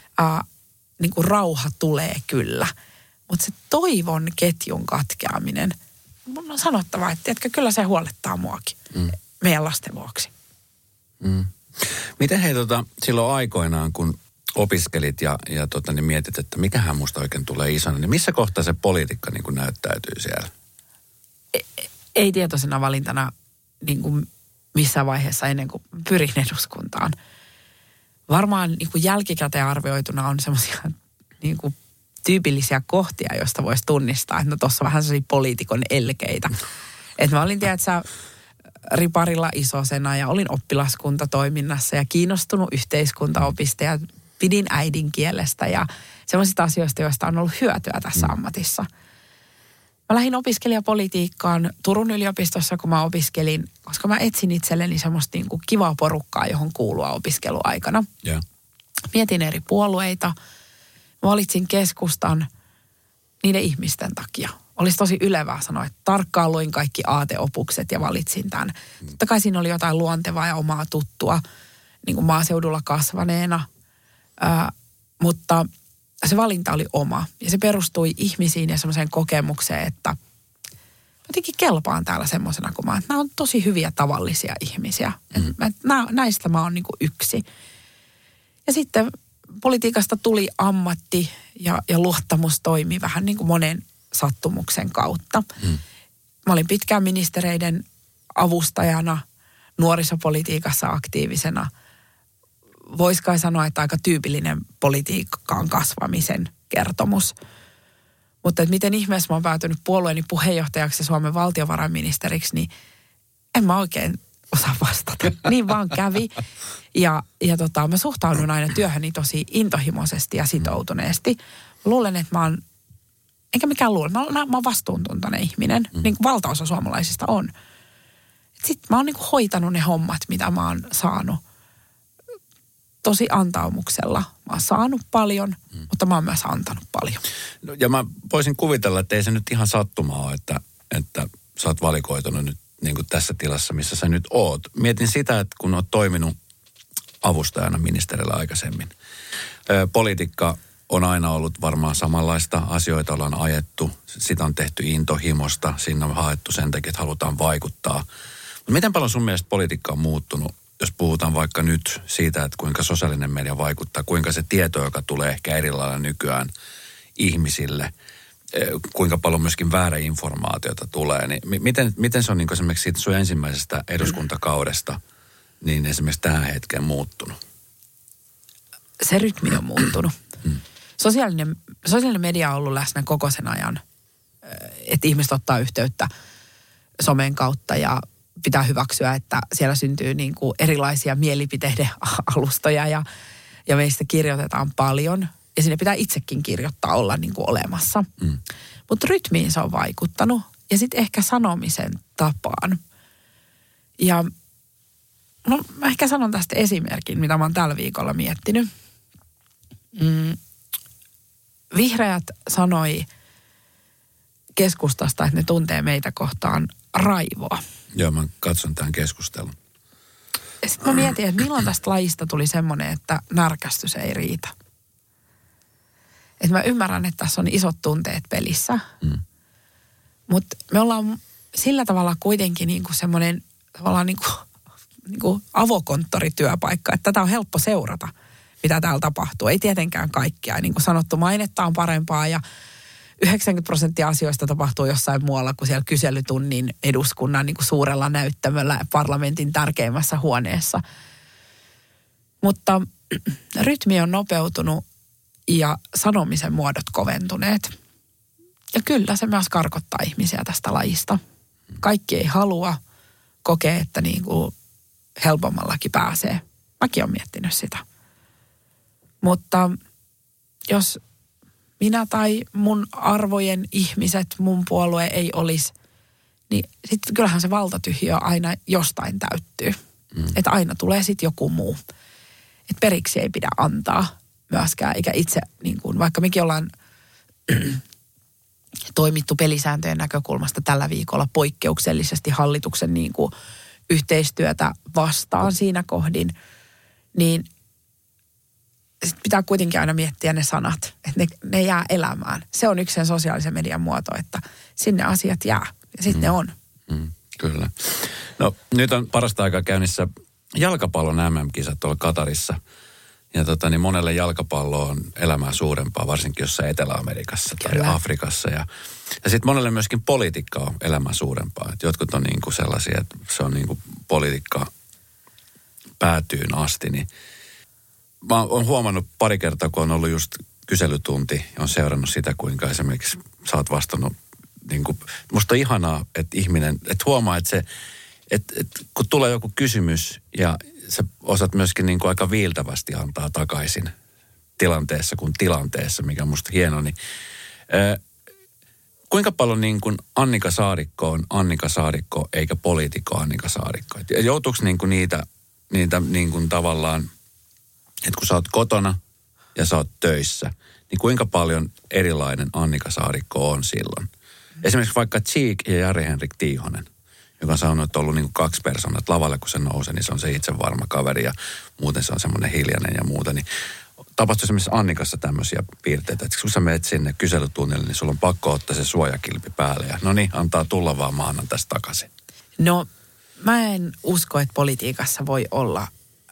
Niin kuin rauha tulee kyllä. Mutta se toivon ketjun katkeaminen, mun on sanottava, että tiedätkö, kyllä se huolettaa muakin meidän lasten vuoksi. Miten hei silloin aikoinaan, kun opiskelit ja niin mietit, että mikähän musta oikein tulee isona, niin missä kohtaa se politiikka niin kuin näyttäytyy siellä? Ei tietoisena valintana niin kuin missään vaiheessa ennen kuin pyrin eduskuntaan. Varmaan niin kuin jälkikäteen arvioituna on semmoisia niin kuin tyypillisiä kohtia, joista voisi tunnistaa, että no tuossa on vähän sellaisia poliitikon elkeitä. Että mä olin, tiedätkö, riparilla isosena ja olin oppilaskuntatoiminnassa ja kiinnostunut yhteiskuntaopista ja pidin äidinkielestä ja semmoisista asioista, joista on ollut hyötyä tässä ammatissa. Mä lähdin opiskelijapolitiikkaan Turun yliopistossa, kun mä opiskelin, koska mä etsin itselleni semmoista niin kuin kivaa porukkaa, johon kuulua opiskeluaikana. Yeah. Mietin eri puolueita. Mä valitsin keskustan niiden ihmisten takia. Olisi tosi ylevää sanoa, että tarkkaan luin kaikki aateopukset ja valitsin tämän. Totta kai siinä oli jotain luontevaa ja omaa tuttua, niin kuin maaseudulla kasvaneena. Mutta se valinta oli oma. Ja se perustui ihmisiin ja semmoiseen kokemukseen, että jotenkin kelpaan täällä semmoisena, kun nämä on tosi hyviä tavallisia ihmisiä. Näistä mä oon niin kuin yksi. Ja sitten politiikasta tuli ammatti ja luottamus toimi vähän niin kuin monen sattumuksen kautta. Mä olin pitkään ministereiden avustajana, nuorisopolitiikassa aktiivisena. Vois kai sanoa, että aika tyypillinen politiikkaan kasvamisen kertomus. Mutta että miten ihmeessä mä oon päätynyt puolueeni puheenjohtajaksi ja Suomen valtiovarainministeriksi, niin en mä oikein osaa vastata. Niin vaan kävi. Ja mä suhtaudun aina työhöni tosi intohimoisesti ja sitoutuneesti. Mä luulen, että mä oon, enkä mikään luule, mä oon vastuuntuntoinen ihminen, niin kuin valtaosa suomalaisista on. Sitten mä oon niin kuin hoitanut ne hommat, mitä mä oon saanut tosi antaumuksella. Mä oon saanut paljon, mutta mä oon myös antanut paljon. No, ja mä voisin kuvitella, että ei se nyt ihan sattumaa ole, että sä oot valikoitunut nyt niin kuin tässä tilassa, missä sä nyt oot. Mietin sitä, että kun oot toiminut avustajana ministerillä aikaisemmin. Politiikka on aina ollut varmaan samanlaista. Asioita ollaan ajettu. Sitä on tehty intohimosta. Siinä on haettu sen takia, että halutaan vaikuttaa. Mutta miten paljon sun mielestä politiikka on muuttunut, jos puhutaan vaikka nyt siitä, että kuinka sosiaalinen media vaikuttaa, kuinka se tieto, joka tulee ehkä eri lailla nykyään ihmisille, kuinka paljon myöskin väärä informaatiota tulee, niin miten se on niin esimerkiksi siitä sun ensimmäisestä eduskuntakaudesta niin esimerkiksi tähän hetkeen muuttunut? Se rytmi on muuttunut. Sosiaalinen media on ollut läsnä koko sen ajan, että ihmiset ottaa yhteyttä somen kautta ja pitää hyväksyä, että siellä syntyy niin kuin erilaisia mielipiteiden alustoja ja meistä kirjoitetaan paljon. Ja sinne pitää itsekin kirjoittaa, olla niin kuin olemassa. Mutta rytmiin se on vaikuttanut. Ja sitten ehkä sanomisen tapaan. Ja no mä ehkä sanon tästä esimerkin, mitä mä oon tällä viikolla miettinyt. Vihreät sanoi keskustasta, että ne tuntee meitä kohtaan raivoa. Joo, mä katson tämän keskustelun. Ja sitten mä mietin, että milloin tästä lajista tuli semmoinen, että närkästys ei riitä. Että mä ymmärrän, että tässä on isot tunteet pelissä. Mutta me ollaan sillä tavalla kuitenkin niinku semmoinen tavallaan niinku avokonttorityöpaikka, että tätä on helppo seurata, mitä täällä tapahtuu. Ei tietenkään kaikkia. Niin kuin sanottu, mainetta on parempaa ja 90% asioista tapahtuu jossain muualla kuin siellä kyselytunnin eduskunnan niin kuin suurella näyttämöllä parlamentin tärkeimmässä huoneessa. Mutta rytmi on nopeutunut ja sanomisen muodot koventuneet. Ja kyllä se myös karkottaa ihmisiä tästä lajista. Kaikki ei halua kokea, että niin kuin helpommallakin pääsee. Mäkin olen miettinyt sitä. Mutta jos minä tai mun arvojen ihmiset, mun puolue ei olisi, niin sitten kyllähän se valtatyhjö aina jostain täyttyy. Että aina tulee sitten joku muu. Että periksi ei pidä antaa myöskään, eikä itse, niin kuin, vaikka mekin ollaan toimittu pelisääntöjen näkökulmasta tällä viikolla poikkeuksellisesti hallituksen niin kuin yhteistyötä vastaan siinä kohdin, niin sitten pitää kuitenkin aina miettiä ne sanat, että ne jää elämään. Se on yksi sen sosiaalisen median muoto, että sinne asiat jää ja sitten ne on. Kyllä. No nyt on parasta aikaa käynnissä jalkapallon MM-kisat tuolla Katarissa. Ja niin monelle jalkapallo on elämää suurempaa, varsinkin jossain Etelä-Amerikassa tai Afrikassa. Ja sitten monelle myöskin politiikka on elämää suurempaa. Et jotkut on niinku sellaisia, että se on niinku politiikka päätyyn asti. Niin mä oon huomannut pari kertaa, kun on ollut just kyselytunti ja on seurannut sitä, kuinka esimerkiksi sä oot vastannut. Niinku, musta on ihanaa, että ihminen, että huomaa, että se, että kun tulee joku kysymys ja sä osaat myöskin niin kuin aika viiltävästi antaa takaisin tilanteessa kuin tilanteessa, mikä on musta hieno, niin kuinka paljon niin kuin Annika Saarikko on Annika Saarikko eikä poliitikko Annika Saarikko? Ja joutuuko niin kuin niitä niin kuin tavallaan, että kun sä oot kotona ja sä oot töissä, niin kuinka paljon erilainen Annika Saarikko on silloin? Esimerkiksi vaikka Cheek ja Jari-Henrik Tiihonen, joka on sanonut, että on ollut niin kuin 2 persoonaa, että lavalle kun se nousee, niin se on se itsevarma kaveri ja muuten se on semmoinen hiljainen ja muuta. Niin tapahtui esimerkiksi Annikassa tämmöisiä piirteitä, että kun sä menet sinne kyselytunnille, niin sulla on pakko ottaa se suojakilpi päälle ja no niin, antaa tulla vaan, mä annan tästä takaisin. No, mä en usko, että politiikassa voi olla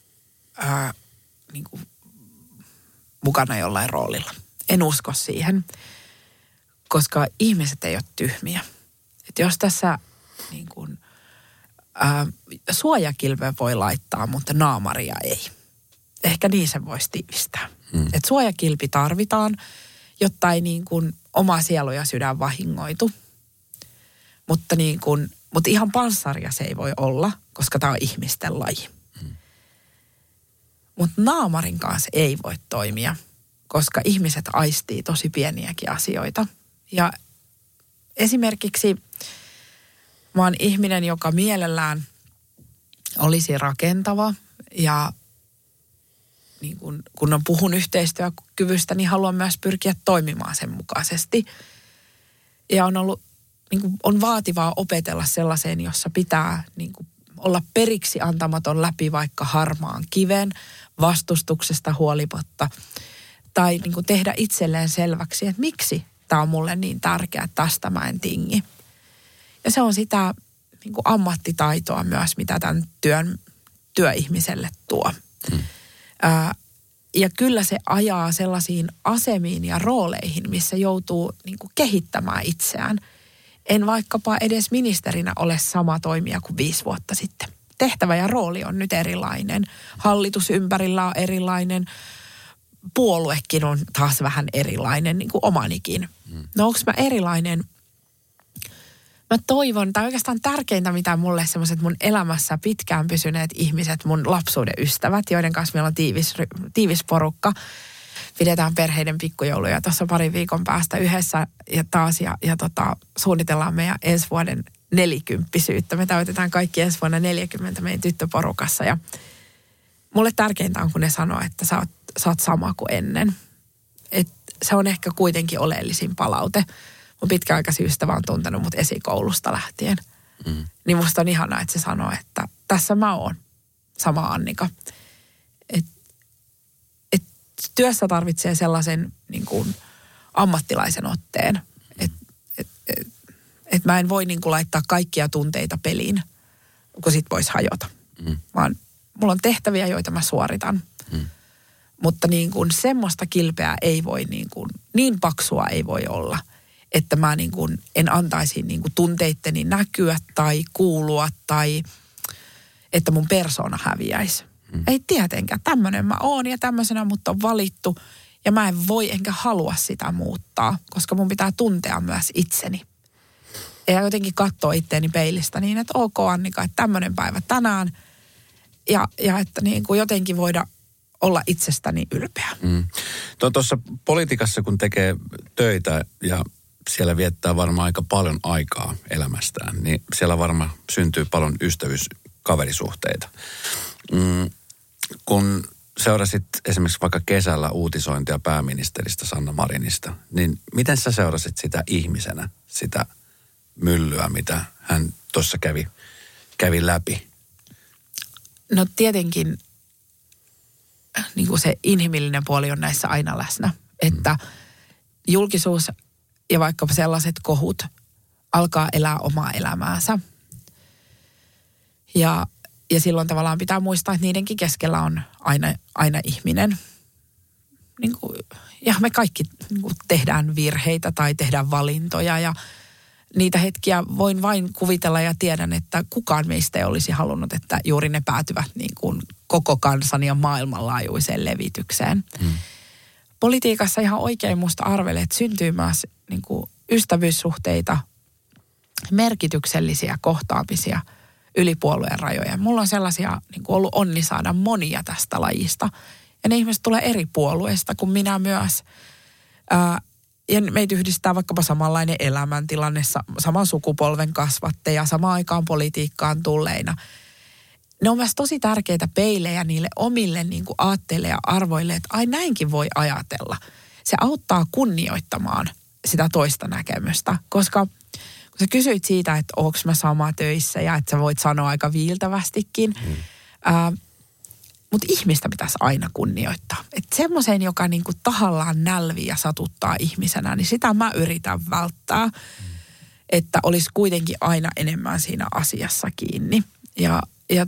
niin kuin mukana jollain roolilla. En usko siihen, koska ihmiset ei ole tyhmiä. Että jos tässä niin kuin, suojakilven voi laittaa, mutta naamaria ei. Ehkä niin sen voisi tiivistää. Että suojakilpi tarvitaan, jotta ei niin kuin oma sielu ja sydän vahingoitu. Mutta ihan panssaria se ei voi olla, koska tämä on ihmisten laji. Mutta naamarin kanssa ei voi toimia, koska ihmiset aistii tosi pieniäkin asioita. Ja esimerkiksi mä oon ihminen, joka mielellään olisi rakentava ja niin kun on puhun yhteistyökyvystä, niin haluan myös pyrkiä toimimaan sen mukaisesti. Ja on ollut, niin kuin, on vaativaa opetella sellaiseen, jossa pitää niin kuin, olla periksi antamaton läpi vaikka harmaan kiven, vastustuksesta huolimatta. Tai niin kuin, tehdä itselleen selväksi, että miksi tämä on mulle niin tärkeää, että tästä mä en tingi. Ja se on sitä niin kuin ammattitaitoa myös, mitä tämän työihmiselle tuo. Ja kyllä se ajaa sellaisiin asemiin ja rooleihin, missä joutuu niin kuin kehittämään itseään. En vaikkapa edes ministerinä ole sama toimija kuin 5 vuotta sitten. Tehtävä ja rooli on nyt erilainen. Hallitus ympärillä on erilainen. Puoluekin on taas vähän erilainen, niin kuin omanikin. No onko mä erilainen? Mä toivon, tai oikeastaan tärkeintä, mitä mulle semmoiset mun elämässä pitkään pysyneet ihmiset, mun lapsuuden ystävät, joiden kanssa meillä on tiivis porukka. Pidetään perheiden pikkujouluja tuossa 2 viikon päästä yhdessä ja taas ja suunnitellaan meidän ensi vuoden 40-syyttä. Me täytetään kaikki ensi vuonna 40 meidän tyttöporukassa ja mulle tärkeintä on, kun ne sanoo, että sä oot sama kuin ennen. Et se on ehkä kuitenkin oleellisin palaute. Mun pitkäaikaisystävä on tuntenut mut esikoulusta lähtien. Niin musta on ihanaa, että se sanoo, että tässä mä oon, sama Annika. Et työssä tarvitsee sellaisen niin kuin ammattilaisen otteen, että mä en voi niin kuin laittaa kaikkia tunteita peliin, kun sit voisi hajota. Vaan mulla on tehtäviä, joita mä suoritan. Mutta niin kuin semmoista kilpeä ei voi, niin paksua ei voi olla, että mä niin kuin en antaisi niin kuin tunteitteni näkyä tai kuulua tai että mun persoona häviäisi. Ei tietenkään. Tämmöinen mä oon ja tämmöisenä mut on valittu ja mä en voi enkä halua sitä muuttaa, koska mun pitää tuntea myös itseni. Ja jotenkin katsoa itteeni peilistä niin, että ok Annika, että tämmöinen päivä tänään ja että niin kuin jotenkin voida olla itsestäni ylpeä. Tuossa politiikassa, kun tekee töitä ja siellä viettää varmaan aika paljon aikaa elämästään, niin siellä varmaan syntyy paljon ystävyyskaverisuhteita. Kun seurasit esimerkiksi vaikka kesällä uutisointia pääministeristä Sanna Marinista, niin miten sä seurasit sitä ihmisenä, sitä myllyä, mitä hän tuossa kävi läpi? No tietenkin niin kuin se inhimillinen puoli on näissä aina läsnä, että julkisuus ja vaikka sellaiset kohut alkaa elää omaa elämäänsä. Ja silloin tavallaan pitää muistaa, että niidenkin keskellä on aina ihminen. Niin kuin, ja me kaikki niin kuin tehdään virheitä tai tehdään valintoja ja niitä hetkiä voin vain kuvitella ja tiedän, että kukaan meistä ei olisi halunnut, että juuri ne päätyvät niin kuin koko kansan ja maailmanlaajuiseen levitykseen. Politiikassa ihan oikein musta arvelee, että syntyy myös niin kuin ystävyyssuhteita, merkityksellisiä kohtaamisia yli puolueen rajojen. Mulla on sellaisia niin kuin ollut onni saada monia tästä lajista. Ja ne ihmiset tulee eri puolueista kuin minä myös. ja meitä yhdistää vaikkapa samanlainen elämäntilanne, saman sukupolven kasvatteja, samaan aikaan politiikkaan tulleina. Ne on myös tosi tärkeitä peilejä niille omille niin kuin aatteille ja arvoille, että ai näinkin voi ajatella. Se auttaa kunnioittamaan sitä toista näkemystä, koska kun sä kysyit siitä, että onko mä sama töissä ja että sä voit sanoa aika viiltävästikin, mutta ihmistä pitäisi aina kunnioittaa. Että semmoiseen, joka niinku tahallaan nälvii ja satuttaa ihmisenä, niin sitä mä yritän välttää, että olisi kuitenkin aina enemmän siinä asiassa kiinni. Ja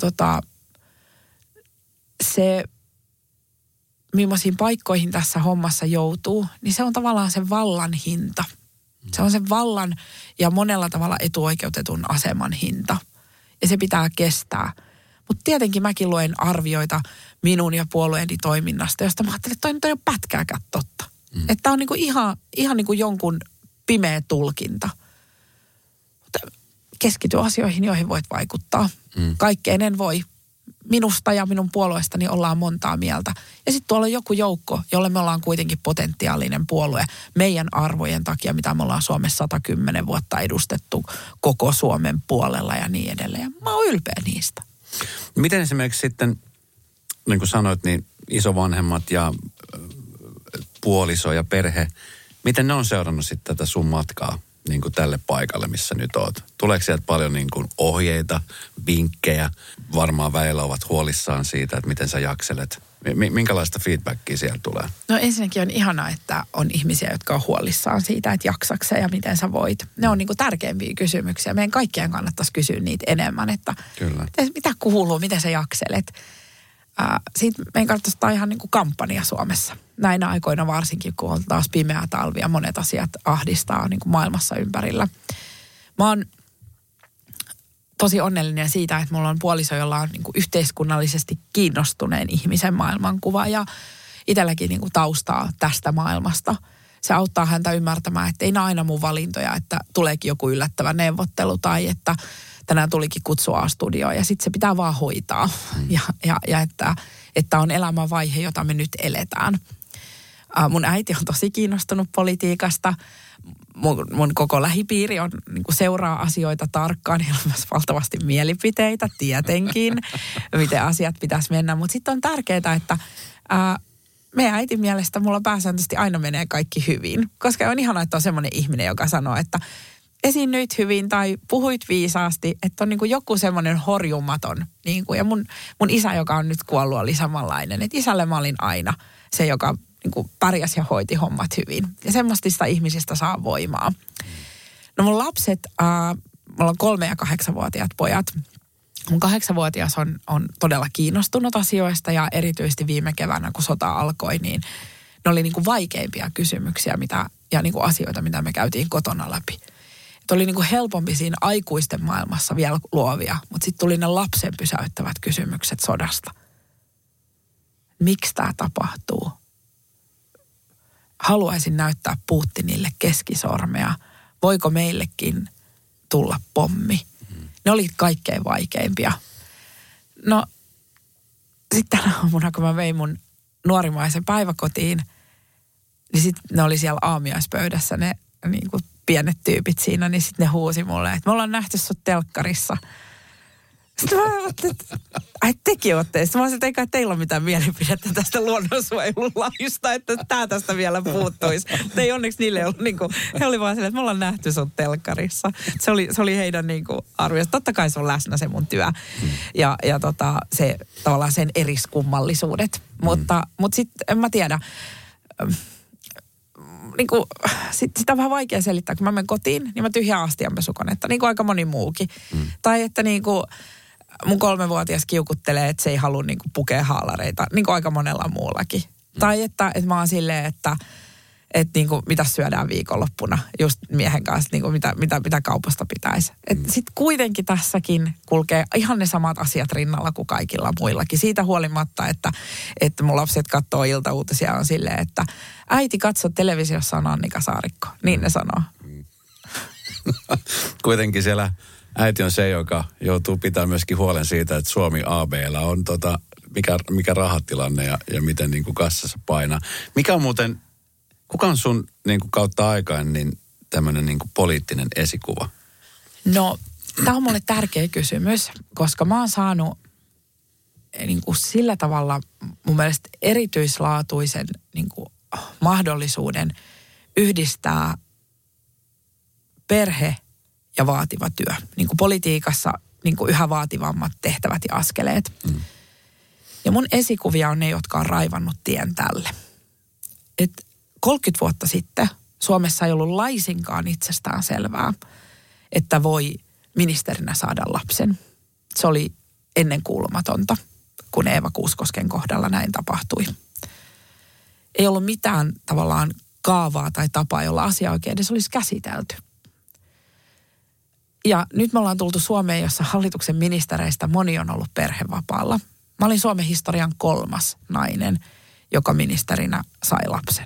se, millaisiin paikkoihin tässä hommassa joutuu, niin se on tavallaan sen vallan hinta. Se on sen vallan ja monella tavalla etuoikeutetun aseman hinta. Ja se pitää kestää. Mutta tietenkin mäkin luen arvioita minun ja puolueeni toiminnasta, josta mä ajattelin, että toi nyt ei ole pätkääkään totta. Että tää on niinku ihan niinku jonkun pimeä tulkinta. Mutta keskity asioihin, joihin voit vaikuttaa. Kaikkeen en voi. Minusta ja minun puolueestani ollaan montaa mieltä. Ja sitten tuolla on joku joukko, jolle me ollaan kuitenkin potentiaalinen puolue meidän arvojen takia, mitä me ollaan Suomessa 110 vuotta edustettu koko Suomen puolella ja niin edelleen. Ja mä oon ylpeä niistä. Miten esimerkiksi sitten, niin kuin sanoit, niin isovanhemmat ja puoliso ja perhe, miten ne on seurannut sitten tätä sun matkaa niin kuin tälle paikalle, missä nyt oot? Tuleeko sieltä paljon niin kuin ohjeita, vinkkejä? Varmaan väillä ovat huolissaan siitä, että miten sä jakselet. Minkälaista feedbackia sieltä tulee? No ensinnäkin on ihanaa, että on ihmisiä, jotka on huolissaan siitä, että jaksaksa ja miten sä voit. Ne on niin kuin tärkeimpiä kysymyksiä. Meidän kaikkien kannattaisi kysyä niitä enemmän, että mitä kuuluu, miten sä jakselet. Siitä meidän kannattaisi ottaa ihan niin kuin kampanja Suomessa. Näinä aikoina varsinkin, kun on taas pimeä talvi ja monet asiat ahdistaa niin kuin maailmassa ympärillä. Mä oon tosi onnellinen siitä, että mulla on puoliso, jolla on niin kuin yhteiskunnallisesti kiinnostuneen ihmisen maailmankuva ja itselläkin niin kuin taustaa tästä maailmasta. Se auttaa häntä ymmärtämään, että ei ne aina mun valintoja, että tuleekin joku yllättävä neuvottelu tai että tänään tulikin kutsu A-studioon ja sitten se pitää vaan hoitaa. Ja että on elämänvaihe, jota me nyt eletään. Mun äiti on tosi kiinnostunut politiikasta. Mun koko lähipiiri on, niin kuin seuraa asioita tarkkaan. Heillä on myös valtavasti mielipiteitä, tietenkin, miten asiat pitäisi mennä. Mutta sitten on tärkeää, että meidän äitin mielestä mulla pääsääntöisesti aina menee kaikki hyvin. Koska on ihanaa, että on semmoinen ihminen, joka sanoo, että esiinnyit hyvin tai puhuit viisaasti, että on niin kuin joku semmoinen horjumaton. Niin kuin, ja mun isä, joka on nyt kuollut, oli samanlainen. Että isälle mä olin aina se, joka niin kuin pärjäsi ja hoiti hommat hyvin. Ja semmoista ihmisistä saa voimaa. No mun lapset, mulla on 3- ja 8-vuotiaat pojat. Mun 8-vuotias on todella kiinnostunut asioista ja erityisesti viime keväänä, kun sota alkoi, niin ne oli niin kuin vaikeimpia kysymyksiä ja niin kuin asioita, mitä me käytiin kotona läpi. Että oli niin kuin helpompi siinä aikuisten maailmassa vielä luovia, mutta sitten tuli ne lapsen pysäyttävät kysymykset sodasta. Miksi tämä tapahtuu? Haluaisin näyttää Putinille keskisormea. Voiko meillekin tulla pommi? Ne oli kaikkein vaikeimpia. No, sitten tänä aamuna, kun mä vein mun nuorimmaisen päiväkotiin, niin sitten ne oli siellä aamiaispöydässä, ne niin kuin pienet tyypit siinä, niin sitten ne huusi mulle, että me ollaan nähty sut telkkarissa. Sitten mä ajattelin, että ai tekin ootte. Sitten mä olisin, että eikä teillä ole mitään mielipidettä tästä luonnonsuojelulaista, että tää tästä vielä puuttuisi. Mutta ei onneksi niille ollut niin kuin, he oli vaan silleen, että me ollaan nähty sut telkkarissa. Se oli heidän niin kuin arvioista. Totta kai se on läsnä se mun työ ja se tavallaan sen eriskummallisuudet. Mutta sitten en mä tiedä, niin kuin, sitä on vähän vaikea selittää, kun mä menen kotiin, niin mä tyhjään astianpesukonetta, niin kuin aika moni muukin. Tai että niin kuin mun 3-vuotias kiukuttelee, että se ei halua niin kuin pukea haalareita, niin kuin aika monella muullakin. Tai että mä oon silleen, että niin kuin mitä syödään viikonloppuna just miehen kanssa, niin kuin mitä kaupasta pitäisi. Sitten kuitenkin tässäkin kulkee ihan ne samat asiat rinnalla kuin kaikilla muillakin. Siitä huolimatta, että mun lapset katsoo iltauutisia on silleen, että äiti katso televisiossa on Annika Saarikko. Niin ne sanoo. Kuitenkin siellä äiti on se, joka joutuu pitämään myöskin huolen siitä, että Suomi AB:llä on mikä rahatilanne ja miten niin kuin kassassa painaa. Mikä on muuten Kuka on sun niin kuin kautta aikaan niin tämmöinen niin kuin poliittinen esikuva? No, tämä on mulle tärkeä kysymys, koska mä oon saanut niin kuin sillä tavalla mun mielestä erityislaatuisen niin kuin mahdollisuuden yhdistää perhe ja vaativa työ. Niin kuin politiikassa niin kuin yhä vaativammat tehtävät ja askeleet. Ja mun esikuvia on ne, jotka on raivannut tien tälle. Et 30 vuotta sitten Suomessa ei ollut laisinkaan itsestään selvää, että voi ministerinä saada lapsen. Se oli ennenkuulumatonta, kun Eeva Kuuskosken kohdalla näin tapahtui. Ei ollut mitään tavallaan kaavaa tai tapaa, jolla asia oikein edes olisi käsitelty. Ja nyt me ollaan tultu Suomeen, jossa hallituksen ministereistä moni on ollut perhevapaalla. Mä olin Suomen historian 3. nainen, joka ministerinä sai lapsen.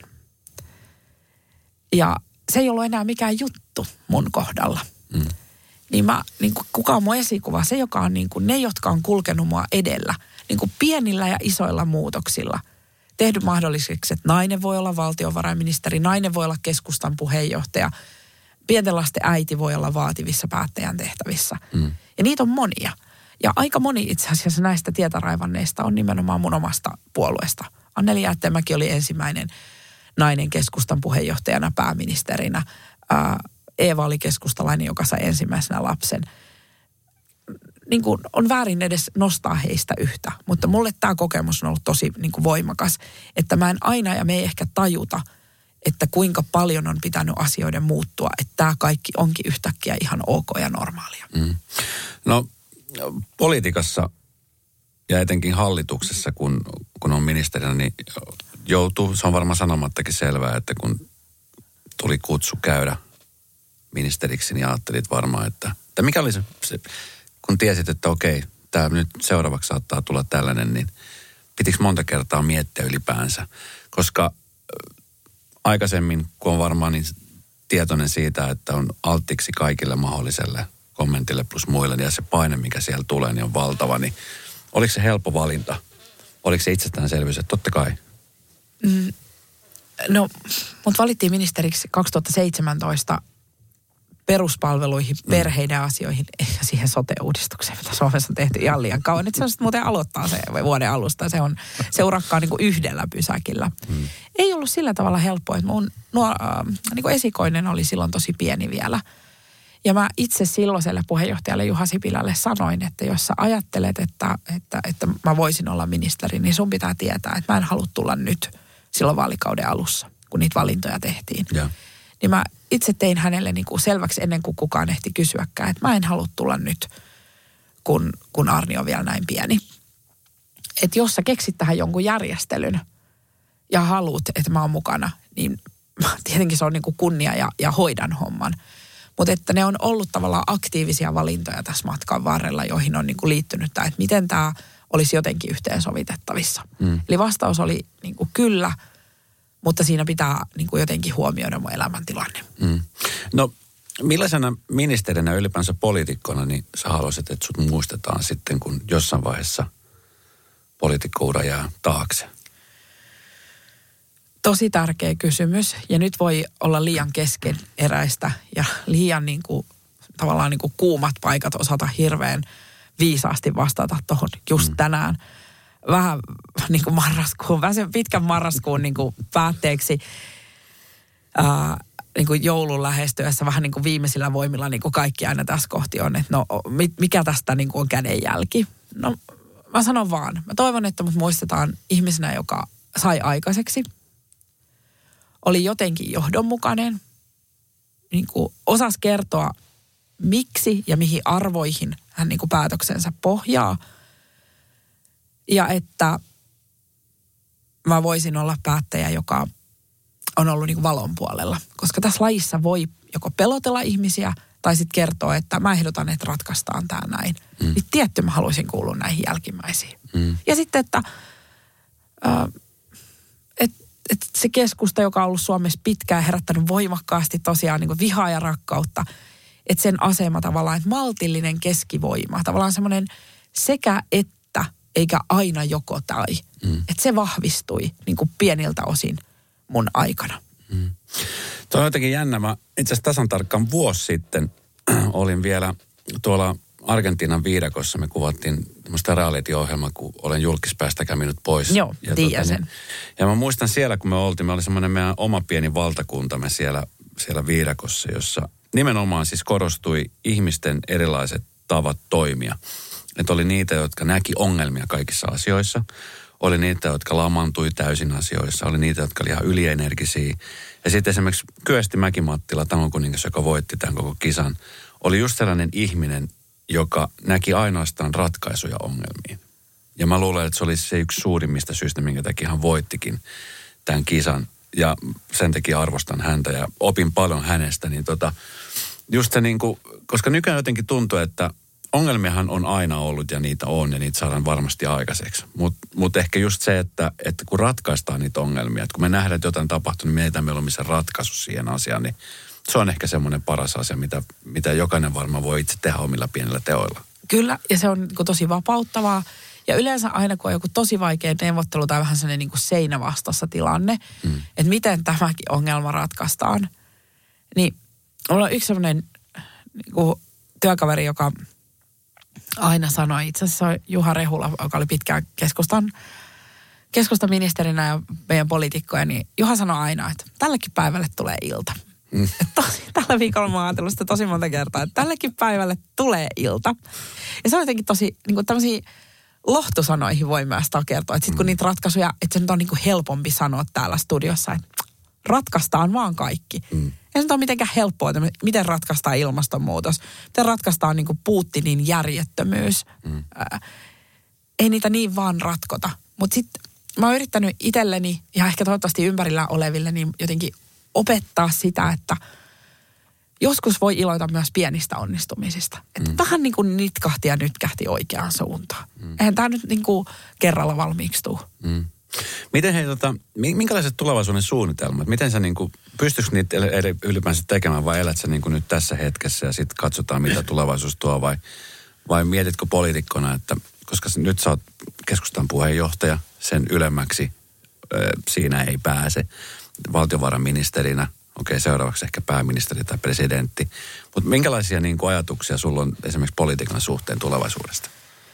Ja se ei ollut enää mikään juttu mun kohdalla. Niin kuka on mun esikuva? Se, joka on niin kuin ne, jotka on kulkenut mua edellä. Niin kuin pienillä ja isoilla muutoksilla. Tehnyt mahdolliseksi, että nainen voi olla valtiovarainministeri, nainen voi olla keskustan puheenjohtaja. Pienten lasten äiti voi olla vaativissa päättäjän tehtävissä. Ja niitä on monia. Ja aika moni itse asiassa näistä tietäraivanneista on nimenomaan mun omasta puolueesta. Anneli Jäätteenmäki oli ensimmäinen nainen keskustan puheenjohtajana, pääministerinä. Eeva oli keskustalainen, joka sai ensimmäisenä lapsen. Niin kuin on väärin edes nostaa heistä yhtä, mutta mulle tämä kokemus on ollut tosi niin kuin voimakas, että mä en aina ja me ei ehkä tajuta, että kuinka paljon on pitänyt asioiden muuttua, että tämä kaikki onkin yhtäkkiä ihan ok ja normaalia. No politiikassa ja etenkin hallituksessa, kun on ministerinä, niin joutuu, se on varmaan sanomattakin selvää, että kun tuli kutsu käydä ministeriksi, niin ajattelit varmaan, että mikä oli se, kun tiesit, että okei, tämä nyt seuraavaksi saattaa tulla tällainen, niin pitikö monta kertaa miettiä ylipäänsä, koska aikaisemmin, kun on varmaan niin tietoinen siitä, että on alttiiksi kaikille mahdolliselle kommentille plus muille, ja se paine, mikä siellä tulee, niin on valtava, niin oliko se helppo valinta? Oliko se itsestäänselvyys, että totta kai? No, mut valittiin ministeriksi 2017 peruspalveluihin, perheiden asioihin ja siihen sote-uudistukseen, mitä Suomessa on tehty ihan liian kauan. Nyt se on sitten muuten aloittaa se vuoden alusta. Se urakka on niin kuin yhdellä pysäkillä. Ei ollut sillä tavalla helppoa, että mun niin kuin esikoinen oli silloin tosi pieni vielä. Ja mä itse silloiselle puheenjohtajalle Juha Sipilälle sanoin, että jos sä ajattelet, että mä voisin olla ministeri, niin sun pitää tietää, että mä en halua tulla nyt silloin vaalikauden alussa, kun niitä valintoja tehtiin. Ja. Niin mä itse tein hänelle niin kuin selväksi ennen kuin kukaan ehti kysyäkään, että mä en halua tulla nyt, kun Arni on vielä näin pieni. Että jos sä keksit tähän jonkun järjestelyn ja haluat, että mä oon mukana, niin tietenkin se on niin kuin kunnia ja hoidan homman. Mutta että ne on ollut tavallaan aktiivisia valintoja tässä matkan varrella, joihin on niin kuin liittynyt tämä, että miten tämä olisi jotenkin yhteensovitettavissa. Eli vastaus oli niin kuin kyllä, mutta siinä pitää niin kuin jotenkin huomioida mun elämäntilanne. No, millaisena ministerinä ylipäänsä poliitikkona, niin sä haluaisit, että sut muistetaan sitten, kun jossain vaiheessa poliitikkoura jää taakse? Tosi tärkeä kysymys, ja nyt voi olla liian keskeneräistä ja liian niin kuin, tavallaan niin kuin kuumat paikat osata hirveän viisaasti vastata tuohon just tänään. Vähän niin kuin pitkän marraskuun niin kuin päätteeksi niin kuin joulun lähestyessä vähän niin kuin viimeisillä voimilla niin kuin kaikki aina tässä kohti on, että no mikä tästä niin kuin on kädenjälki. No mä sanon vaan, mä toivon, että mut muistetaan ihmisenä, joka sai aikaiseksi. Oli jotenkin johdonmukainen, niin kuin osasi kertoa miksi ja mihin arvoihin hän niin kuin päätöksensä pohjaa. Ja että mä voisin olla päättäjä, joka on ollut niin kuin valon puolella. Koska tässä lajissa voi joko pelotella ihmisiä tai sitten kertoa, että mä ehdotan, että ratkaistaan tämä näin. Niin tietty mä haluaisin kuulua näihin jälkimmäisiin. Ja sitten, että se keskusta, joka on ollut Suomessa pitkään herättänyt voimakkaasti tosiaan niin kuin vihaa ja rakkautta, että sen asema tavallaan, että maltillinen keskivoima, tavallaan semmoinen sekä että, eikä aina joko tai. Että se vahvistui niin kuin pieniltä osin mun aikana. Tuo on jotenkin jännä. Mä itse asiassa tasan tarkkaan vuosi sitten olin vielä tuolla Argentiinan viidakossa. Me kuvattiin tämmöistä reality-ohjelmaa, kun olen julkispäästä käminnyt pois. Joo, tiedän sen. Ja mä muistan siellä, kun me oli semmoinen meidän oma pieni valtakuntamme siellä viidakossa, jossa nimenomaan siis korostui ihmisten erilaiset tavat toimia. Että oli niitä, jotka näki ongelmia kaikissa asioissa. Oli niitä, jotka lamaantui täysin asioissa. Oli niitä, jotka oli ihan ylienergisiä. Ja sitten esimerkiksi Kyösti Mäki-Mattila, talonkuningas, joka voitti tämän koko kisan, oli just sellainen ihminen, joka näki ainoastaan ratkaisuja ongelmiin. Ja mä luulen, että se oli se yksi suurimmista syistä, minkä takia hän voittikin tämän kisan. Ja sen takia arvostan häntä ja opin paljon hänestä. Niin just se niin kuin, koska nykyään jotenkin tuntuu, että ongelmiahan on aina ollut ja niitä on ja niitä saadaan varmasti aikaiseksi. Mutta ehkä just se, että kun ratkaistaan niitä ongelmia, että kun me nähdään, että jotain tapahtuu, niin mietitään mieluummin se ratkaisu siihen asiaan, niin se on ehkä semmoinen paras asia, mitä jokainen varmaan voi itse tehdä omilla pienillä teoilla. Kyllä, ja se on tosi vapauttavaa. Ja yleensä aina, kun on joku tosi vaikea neuvottelu tai vähän sellainen seinävastassa tilanne, että miten tämäkin ongelma ratkaistaan, niin mulla on yksi sellainen työkaveri, joka aina sanoi, itse asiassa Juha Rehula, joka oli pitkään keskustan ministerinä ja meidän poliitikkoja, niin Juha sanoi aina, että tällekin päivälle tulee ilta. Tällä viikolla mä oon ajatellut sitä tosi monta kertaa, että tällekin päivälle tulee ilta. Ja se on jotenkin tosi, tämmöisiä lohtusanoihin voi myös takertua. Että sitten kun niitä ratkaisuja, että se nyt on helpompi sanoa täällä studiossa, että ratkaistaan vaan kaikki. Ei se nyt ole mitenkään helppoa, että miten ratkaistaan ilmastonmuutos, miten ratkaistaan Putinin järjettömyys. Ei niitä niin vaan ratkota. Mutta sitten mä oon yrittänyt itselleni ja ehkä toivottavasti ympärillä oleville niin jotenkin opettaa sitä, että joskus voi iloita myös pienistä onnistumisista. Että tähän nitkahti ja nytkähti oikeaan suuntaan. Eihän tämä nyt kerralla valmiiksi tule. Miten minkälaiset tulevaisuuden suunnitelmat? Miten sä pystytkö niitä ylipäänsä tekemään vai elät sä nyt tässä hetkessä ja sitten katsotaan mitä tulevaisuus tuo vai mietitkö poliitikkona, että koska nyt sä oot keskustan puheenjohtaja, sen ylemmäksi siinä ei pääse. Valtiovarainministerinä, seuraavaksi ehkä pääministeri tai presidentti. Mutta minkälaisia ajatuksia sulla on esimerkiksi politiikan suhteen tulevaisuudesta?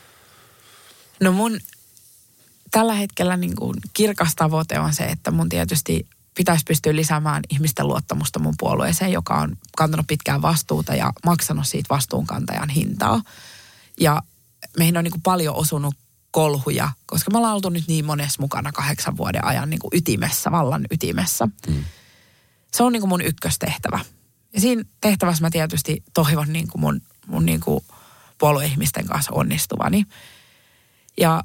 No mun tällä hetkellä kirkas tavoite on se, että mun tietysti pitäisi pystyä lisäämään ihmisten luottamusta mun puolueeseen, joka on kantanut pitkään vastuuta ja maksanut siitä vastuunkantajan hintaa. Ja meihin on paljon osunut kolhuja, koska me ollaan oltu nyt niin monessa mukana 8 vuoden ajan ytimessä, vallan ytimessä. Se on mun ykköstehtävä. Ja siinä tehtävässä mä tietysti toivon mun puolueihmisten kanssa onnistuvani. Ja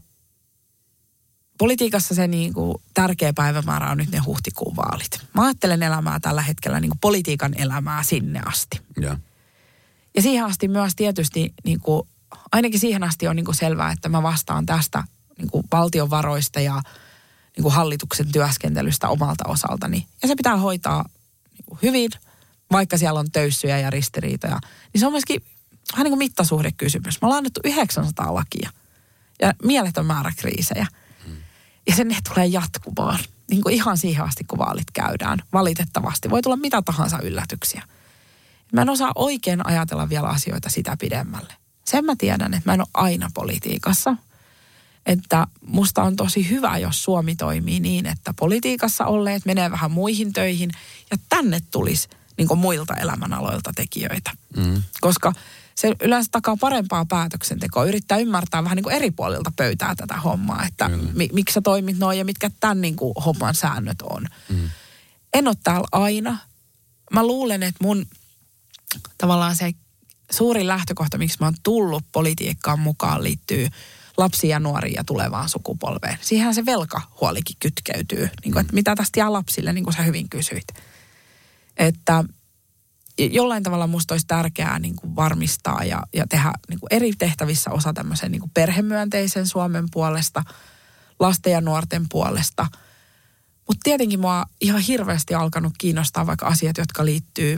politiikassa se tärkeä päivämäärä on nyt ne huhtikuun vaalit. Mä ajattelen elämää tällä hetkellä politiikan elämää sinne asti. Ja siihen asti myös tietysti ainakin siihen asti on selvää, että mä vastaan tästä valtion varoista ja hallituksen työskentelystä omalta osaltani. Ja se pitää hoitaa hyvin, vaikka siellä on töyssyjä ja ristiriitoja. Niin se on myöskin vähän mittasuhdekysymys. Me ollaan annettu 900 lakia ja mieletön määrä kriisejä. Ja ne tulee jatkumaan ihan siihen asti, kun vaalit käydään. Valitettavasti voi tulla mitä tahansa yllätyksiä. Mä en osaa oikein ajatella vielä asioita sitä pidemmälle. Sen mä tiedän, että mä en ole aina politiikassa. Että musta on tosi hyvä, jos Suomi toimii niin, että politiikassa olleet menee vähän muihin töihin ja tänne tulisi muilta elämänaloilta tekijöitä. Koska se yleensä takaa parempaa päätöksentekoa. Yrittää ymmärtää vähän eri puolilta pöytää tätä hommaa, että miksi sä toimit noin ja mitkä tämän homman säännöt on. En ole täällä aina. Mä luulen, että mun tavallaan se suurin lähtökohta, miksi mä oon tullut politiikkaan mukaan, liittyy lapsiin ja nuoriin ja tulevaan sukupolveen. Siihen se velkahuolikin kytkeytyy. Että mitä tästä jää lapsille, niin kuin sä hyvin kysyit. Että jollain tavalla musta olisi tärkeää varmistaa ja tehdä eri tehtävissä osa tämmöisen perhemyönteisen Suomen puolesta, lasten ja nuorten puolesta. Mutta tietenkin mua ihan hirveästi alkanut kiinnostaa vaikka asiat, jotka liittyy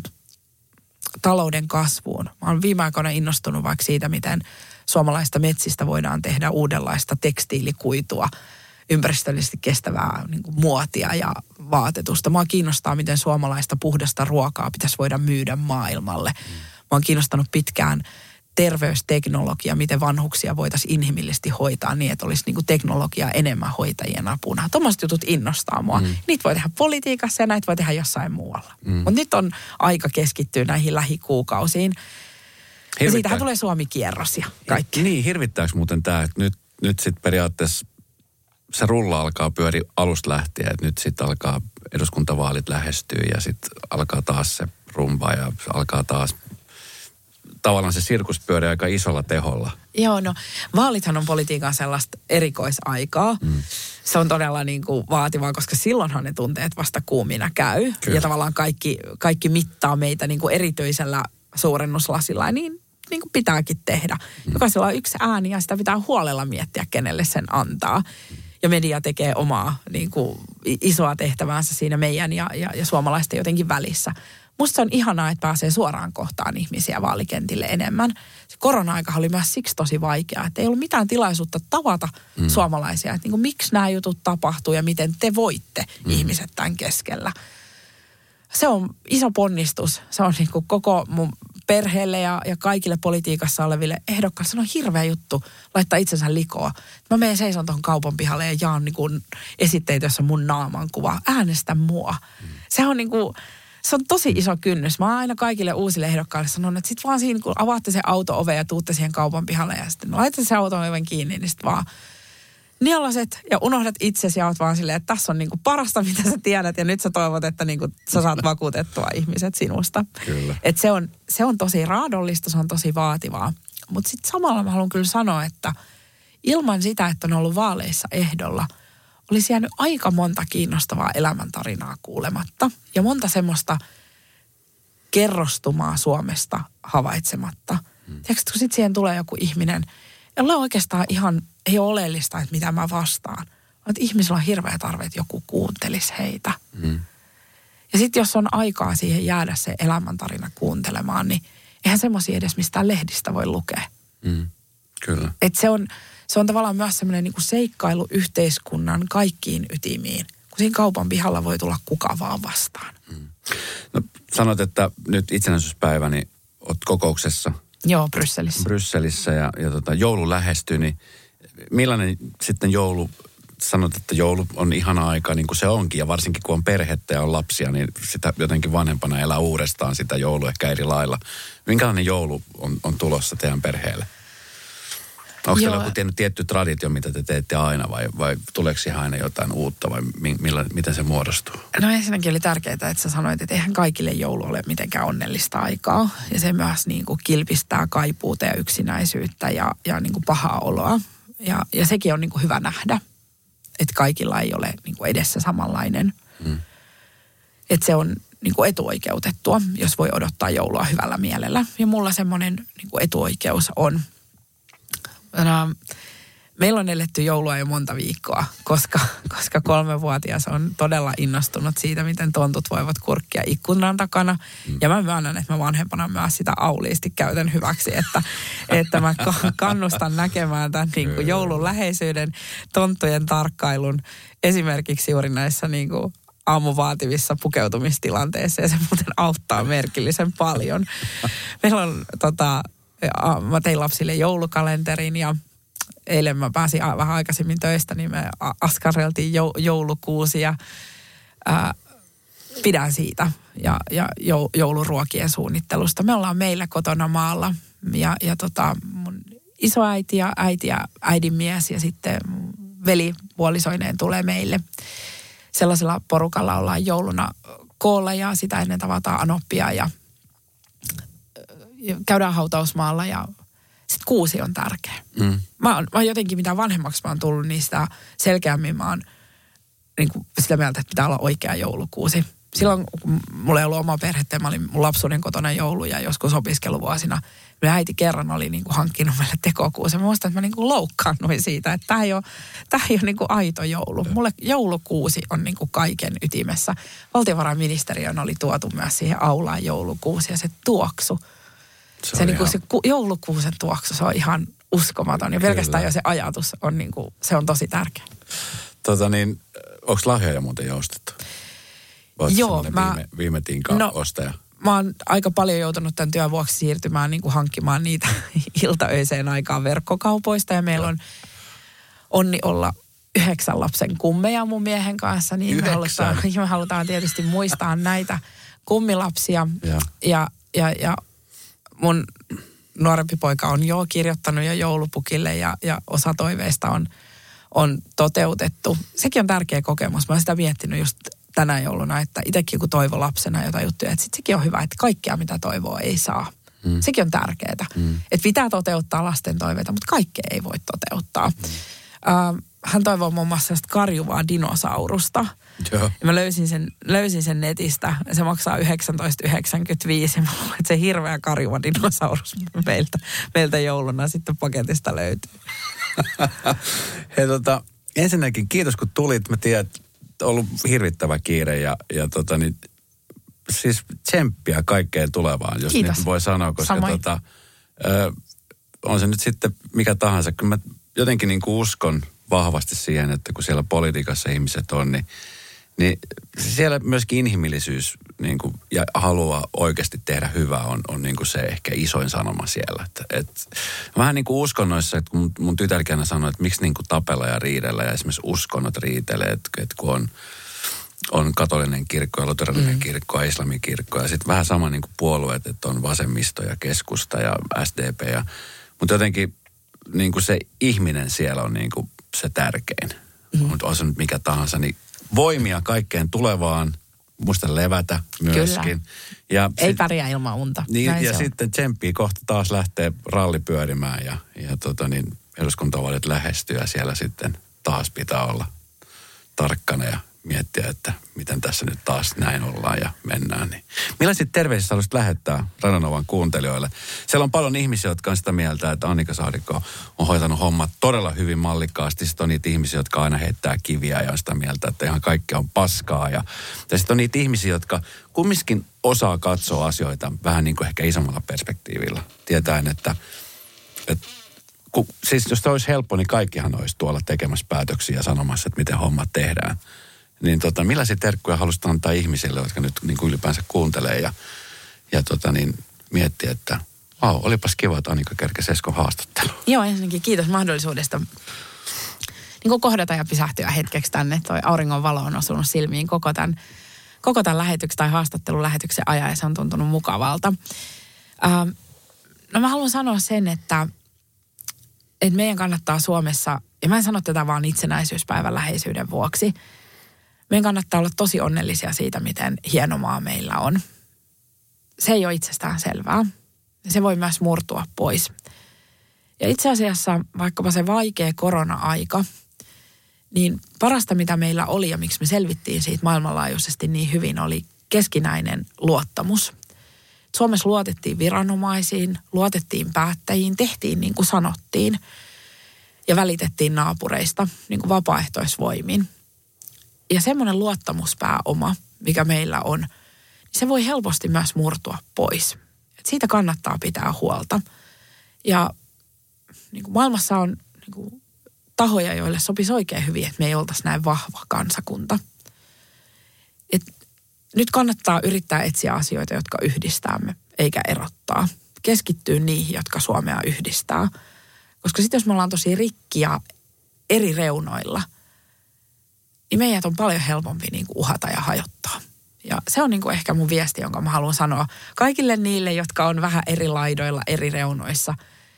talouden kasvuun. Mä oon viime aikoina innostunut vaikka siitä, miten suomalaista metsistä voidaan tehdä uudenlaista tekstiilikuitua ympäristöllisesti kestävää niin kuin muotia ja vaatetusta. Mua kiinnostaa, miten suomalaista puhdasta ruokaa pitäisi voida myydä maailmalle. Mä oon kiinnostanut pitkään terveysteknologia, miten vanhuksia voitaisiin inhimillisesti hoitaa niin, että olisi niin kuin teknologiaa enemmän hoitajien apuna. Tuommoiset jutut innostaa mua. Niitä voi tehdä politiikassa ja näitä voi tehdä jossain muualla. Mutta nyt on aika keskittyä näihin lähikuukausiin. Ja siitähän tulee Suomi-kierros ja kaikki. Niin, hirvittääkö muuten tämä, että nyt sitten periaatteessa se rulla alkaa pyöri alusta lähtien, että nyt sitten alkaa eduskuntavaalit lähestyä ja sitten alkaa taas se rumba ja alkaa taas tavallaan se sirkus pyörii aika isolla teholla. Joo, no vaalithan on politiikan sellaista erikoisaikaa. Se on todella niin kuin vaativaa, koska silloinhan ne tunteet vasta kuumina käy. Kyllä. Ja tavallaan kaikki mittaa meitä niin kuin erityisellä suurennuslasilla ja niin kuin pitääkin tehdä. Jokaisella on yksi ääni ja sitä pitää huolella miettiä, kenelle sen antaa. Ja media tekee omaa niin kuin isoa tehtäväänsä siinä meidän ja suomalaisten jotenkin välissä. Musta se on ihanaa, että pääsee suoraan kohtaan ihmisiä vaalikentille enemmän. Se korona-aika oli myös siksi tosi vaikeaa, että ei ollut mitään tilaisuutta tavata suomalaisia. Että niin kuin, miksi nämä jutut tapahtuu ja miten te voitte ihmiset tämän keskellä. Se on iso ponnistus. Se on niin kuin koko mun perheelle ja kaikille politiikassa oleville ehdokkaille. Se on hirveä juttu laittaa itsensä likoon. Mä menen seison tuohon kaupan pihalle ja jaan niin kuin esitteitä, jossa mun naaman kuva. Äänestä mua. Se on niin kuin... Se on tosi iso kynnys. Mä oon aina kaikille uusille ehdokkaille sanonut, että sit vaan siinä, kun avaatte se auto-ove ja tuutte siihen kaupan pihalle ja sitten laitatte se auto-oven kiinni, niin sitten vaan niolaset ja unohdat itsesi ja oot vaan silleen, että tässä on niinku parasta, mitä sä tiedät ja nyt sä toivot, että niinku sä saat vakuutettua ihmiset sinusta. Kyllä. Et se on tosi raadollista, se on tosi vaativaa. Mutta sitten samalla mä haluan kyllä sanoa, että ilman sitä, että on ollut vaaleissa ehdolla, olisi jäänyt aika monta kiinnostavaa elämäntarinaa kuulematta ja monta semmoista kerrostumaa Suomesta havaitsematta. Tiedätkö, kun sitten siihen tulee joku ihminen, jolla oikeastaan ihan ei ole oleellista, että mitä mä vastaan. Että ihmisillä on hirveä tarve, että joku kuuntelisi heitä. Ja sitten jos on aikaa siihen jäädä se elämäntarina kuuntelemaan, niin eihän semmoisia edes mistään lehdistä voi lukea. Kyllä. Että se on tavallaan myös semmoinen niin kuin seikkailu yhteiskunnan kaikkiin ytimiin, kun siinä kaupan pihalla voi tulla kuka vaan vastaan. No sanot, että nyt itsenäisyyspäivä, niin oot kokouksessa. Joo, Brysselissä. Brysselissä ja joulu lähestyy, niin millainen sitten joulu, sanot, että joulu on ihana aika niin kuin se onkin ja varsinkin kun on perhettä ja on lapsia, niin sitä jotenkin vanhempana elää uudestaan sitä joulua ehkä eri lailla. Minkälainen joulu on tulossa teidän perheelle? Onko teillä joku tietty traditio, mitä te teette aina vai tuleeko siihen aina jotain uutta vai miten se muodostuu? No ensinnäkin oli tärkeää, että sä sanoit, että eihän kaikille joulu ole mitenkään onnellista aikaa. Ja se myös niin kuin kilpistää kaipuuta ja yksinäisyyttä ja niin kuin pahaa oloa. Ja sekin on niin kuin hyvä nähdä, että kaikilla ei ole niin kuin edessä samanlainen. Että se on niin kuin etuoikeutettua, jos voi odottaa joulua hyvällä mielellä. Ja mulla semmoinen niin kuin etuoikeus on. Meillä on eletty joulua jo monta viikkoa, koska 3-vuotias on todella innostunut siitä, miten tontut voivat kurkkia ikkunan takana. Ja mä myönnän, että mä vanhempana myös sitä auliisti käytän hyväksi, että mä kannustan näkemään tämän niin kuin joulun läheisyyden, tonttujen tarkkailun esimerkiksi juuri näissä niin kuin aamuvaativissa pukeutumistilanteissa ja se muuten auttaa merkillisen paljon. Meillä on mä tein lapsille joulukalenterin ja eilen mä pääsin vähän aikaisemmin töistä, niin me askarreltiin joulukuusi ja pidän siitä ja jouluruokien suunnittelusta. Me ollaan meillä kotona maalla ja mun isoäiti ja äiti ja äidin mies ja sitten veli puolisoineen tulee meille. Sellaisella porukalla ollaan jouluna koolla ja sitä ennen tavataan anoppia ja käydään hautausmaalla ja sitten kuusi on tärkeä. Mä oon jotenkin, mitä vanhemmaksi mä oon tullut, niin sitä selkeämmin mä oon niin kuin sitä mieltä, että pitää olla oikea joulukuusi. Silloin, kun mulla ei ollut omaa perhettä, mä olin mun lapsuuden kotona joulu ja joskus opiskeluvuosina. Meidän äiti kerran oli niin kuin hankkinut meille tekokuusen. Mä muistan, että mä niin kuin loukkaannuin siitä, että tää ei ole niin kuin aito joulu. Mulle joulukuusi on niin kuin kaiken ytimessä. Valtiovarainministeriön oli tuotu myös siihen aulaan joulukuusi ja se tuoksu. Se niin kuin se joulukuusen tuoksu, se on ihan uskomaton. Ja pelkästään jo se ajatus on niin kuin, se on tosi tärkeä. onko lahjoja muuten joustettu? Joo, viime tinkaan ostaja. Mä oon aika paljon joutunut tämän työn vuoksi siirtymään niin kuin hankkimaan niitä iltaöiseen aikaan verkkokaupoista. Ja meillä on onni olla 9 lapsen kummeja mun miehen kanssa. Niin me halutaan tietysti muistaa näitä kummilapsia. Ja mun nuorempi poika on jo kirjoittanut jo joulupukille ja osa toiveista on toteutettu. Sekin on tärkeä kokemus. Mä oon sitä miettinyt just tänä jouluna, että itsekin kun toivo lapsena jotain juttuja, että sekin on hyvä, että kaikkea mitä toivoo ei saa. Sekin on tärkeää. Että pitää toteuttaa lasten toiveita, mutta kaikkea ei voi toteuttaa. Hän toivoo muun muassa sellaista karjuvaa dinosaurusta. Joo. Ja mä löysin sen netistä. Se maksaa 19,95. Ja mä luulen, että se hirveä karjuva dinosaurus meiltä jouluna sitten paketista löytyy. Hei ensinnäkin kiitos kun tulit. Mä tiedän, että on ollut hirvittävä kiire ja siis tsemppiä kaikkeen tulevaan, jos kiitos. Nyt voi sanoa, koska on se nyt sitten mikä tahansa. Kyllä mä jotenkin niin kuin uskon vahvasti siihen, että kun siellä politiikassa ihmiset on, niin siellä myöskin inhimillisyys niin kuin, ja halua oikeasti tehdä hyvää on niin kuin se ehkä isoin sanoma siellä. Vähän niin kuin uskonnoissa, että kun mun tytärkänä sanoi, että miksi niin kuin tapella ja riidellä ja esimerkiksi uskonnot riitelee, että kun on katolinen kirkko ja luterilainen kirkko ja islamin kirkko ja sitten vähän sama niin kuin puolueet, että on vasemmisto ja keskusta ja SDP mutta jotenkin niin kuin se ihminen siellä on niin kuin se tärkein. Mutta on se nyt mikä tahansa, niin voimia kaikkeen tulevaan, muista levätä myöskin. Kyllä. Ja ei pärjää ilman unta. Niin, ja sitten tsemppii kohta taas lähtee ralli pyörimään ja eduskuntavaalit lähestyy ja siellä sitten taas pitää olla tarkkana ja miettiä, että miten tässä nyt taas näin ollaan ja mennään. Niin. Millaiset terveisiä haluaisit lähettää Radionovan kuuntelijoille? Siellä on paljon ihmisiä, jotka on sitä mieltä, että Annika Saarikko on hoitanut hommat todella hyvin mallikkaasti. Sitten on niitä ihmisiä, jotka aina heittää kiviä ja on sitä mieltä, että ihan kaikki on paskaa. Ja sitten on niitä ihmisiä, jotka kumminkin osaa katsoa asioita vähän niin kuin ehkä isommalla perspektiivillä. Tietäen, että siis jos tämä olisi helppo, niin kaikkihan olisi tuolla tekemässä päätöksiä ja sanomassa, että miten hommat tehdään. Niin millaisia terkkuja haluaisit antaa ihmisille, jotka nyt niin kuin ylipäänsä kuuntelee ja miettii, että olipas kiva, että Annika kerkesi Eskon haastattelu. Joo, ensinnäkin kiitos mahdollisuudesta niin kuin kohdata ja pysähtyä hetkeksi tänne. Toi auringon valo on osunut silmiin koko tämän lähetyksen tai haastattelun lähetyksen ajan ja se on tuntunut mukavalta. No mä haluan sanoa sen, että meidän kannattaa Suomessa, ja mä en sano tätä vaan itsenäisyyspäivän läheisyyden vuoksi, meidän kannattaa olla tosi onnellisia siitä, miten hieno maa meillä on. Se ei ole itsestään selvää. Se voi myös murtua pois. Ja itse asiassa vaikkapa se vaikea korona-aika, niin parasta mitä meillä oli ja miksi me selvittiin siitä maailmanlaajuisesti niin hyvin oli keskinäinen luottamus. Suomessa luotettiin viranomaisiin, luotettiin päättäjiin, tehtiin niin kuin sanottiin ja välitettiin naapureista niin kuin vapaaehtoisvoimin. Ja semmoinen luottamuspääoma, mikä meillä on, niin se voi helposti myös murtua pois. Et siitä kannattaa pitää huolta. Ja niin kuin maailmassa on niin kuin tahoja, joille sopisi oikein hyvin, että me ei oltaisi näin vahva kansakunta. Et nyt kannattaa yrittää etsiä asioita, jotka yhdistäämme, eikä erottaa. Keskittyy niihin, jotka Suomea yhdistää. Koska sitten jos me ollaan tosi rikkiä eri reunoilla, niin meidät on paljon helpompi niin kuin uhata ja hajottaa. Ja se on niin kuin ehkä mun viesti, jonka mä haluan sanoa kaikille niille, jotka on vähän eri laidoilla, eri reunoissa.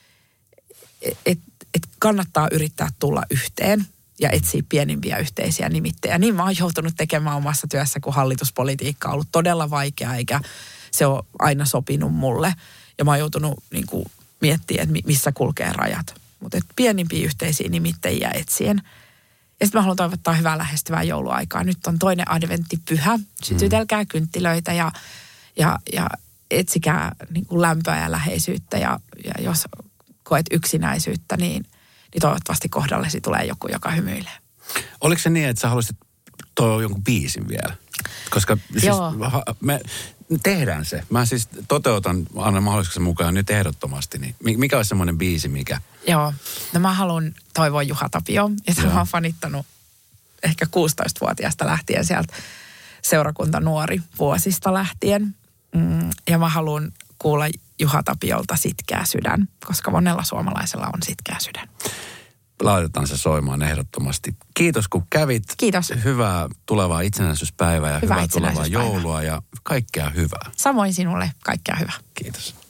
Et kannattaa yrittää tulla yhteen ja etsiä pienimpiä yhteisiä nimittäjiä. Niin mä oon joutunut tekemään omassa työssä, kun hallituspolitiikka on ollut todella vaikea, eikä se ole aina sopinut mulle. Ja mä oon joutunut niin kuin miettimään, että missä kulkee rajat. Mutta pienimpiä yhteisiä nimittäjiä etsien. Ja sitten mä haluan toivottaa hyvää lähestyvää jouluaikaa. Nyt on toinen adventtipyhä. Sytytelkää kynttilöitä ja etsikää niin kuin lämpöä ja läheisyyttä. Ja jos koet yksinäisyyttä, niin toivottavasti kohdallesi tulee joku, joka hymyilee. Oliko se niin, että sä haluaisit toivoa jonkun biisin vielä? Koska siis me tehdään se. Mä siis toteutan annan mahdollisuuden mukaan nyt ehdottomasti. Niin mikä olisi semmoinen biisi, mikä? Joo. No mä haluan toivoa Juha Tapio. Ja mä oon fanittanut ehkä 16-vuotiaasta lähtien sieltä seurakuntanuori vuosista lähtien. Ja mä haluan kuulla Juha Tapiolta Sitkeä sydän, koska monella suomalaisella on sitkeä sydän. Laitetaan se soimaan ehdottomasti. Kiitos kun kävit. Kiitos. Hyvää tulevaa itsenäisyyspäivää ja hyvää tulevaa joulua ja kaikkea hyvää. Samoin sinulle kaikkea hyvää. Kiitos.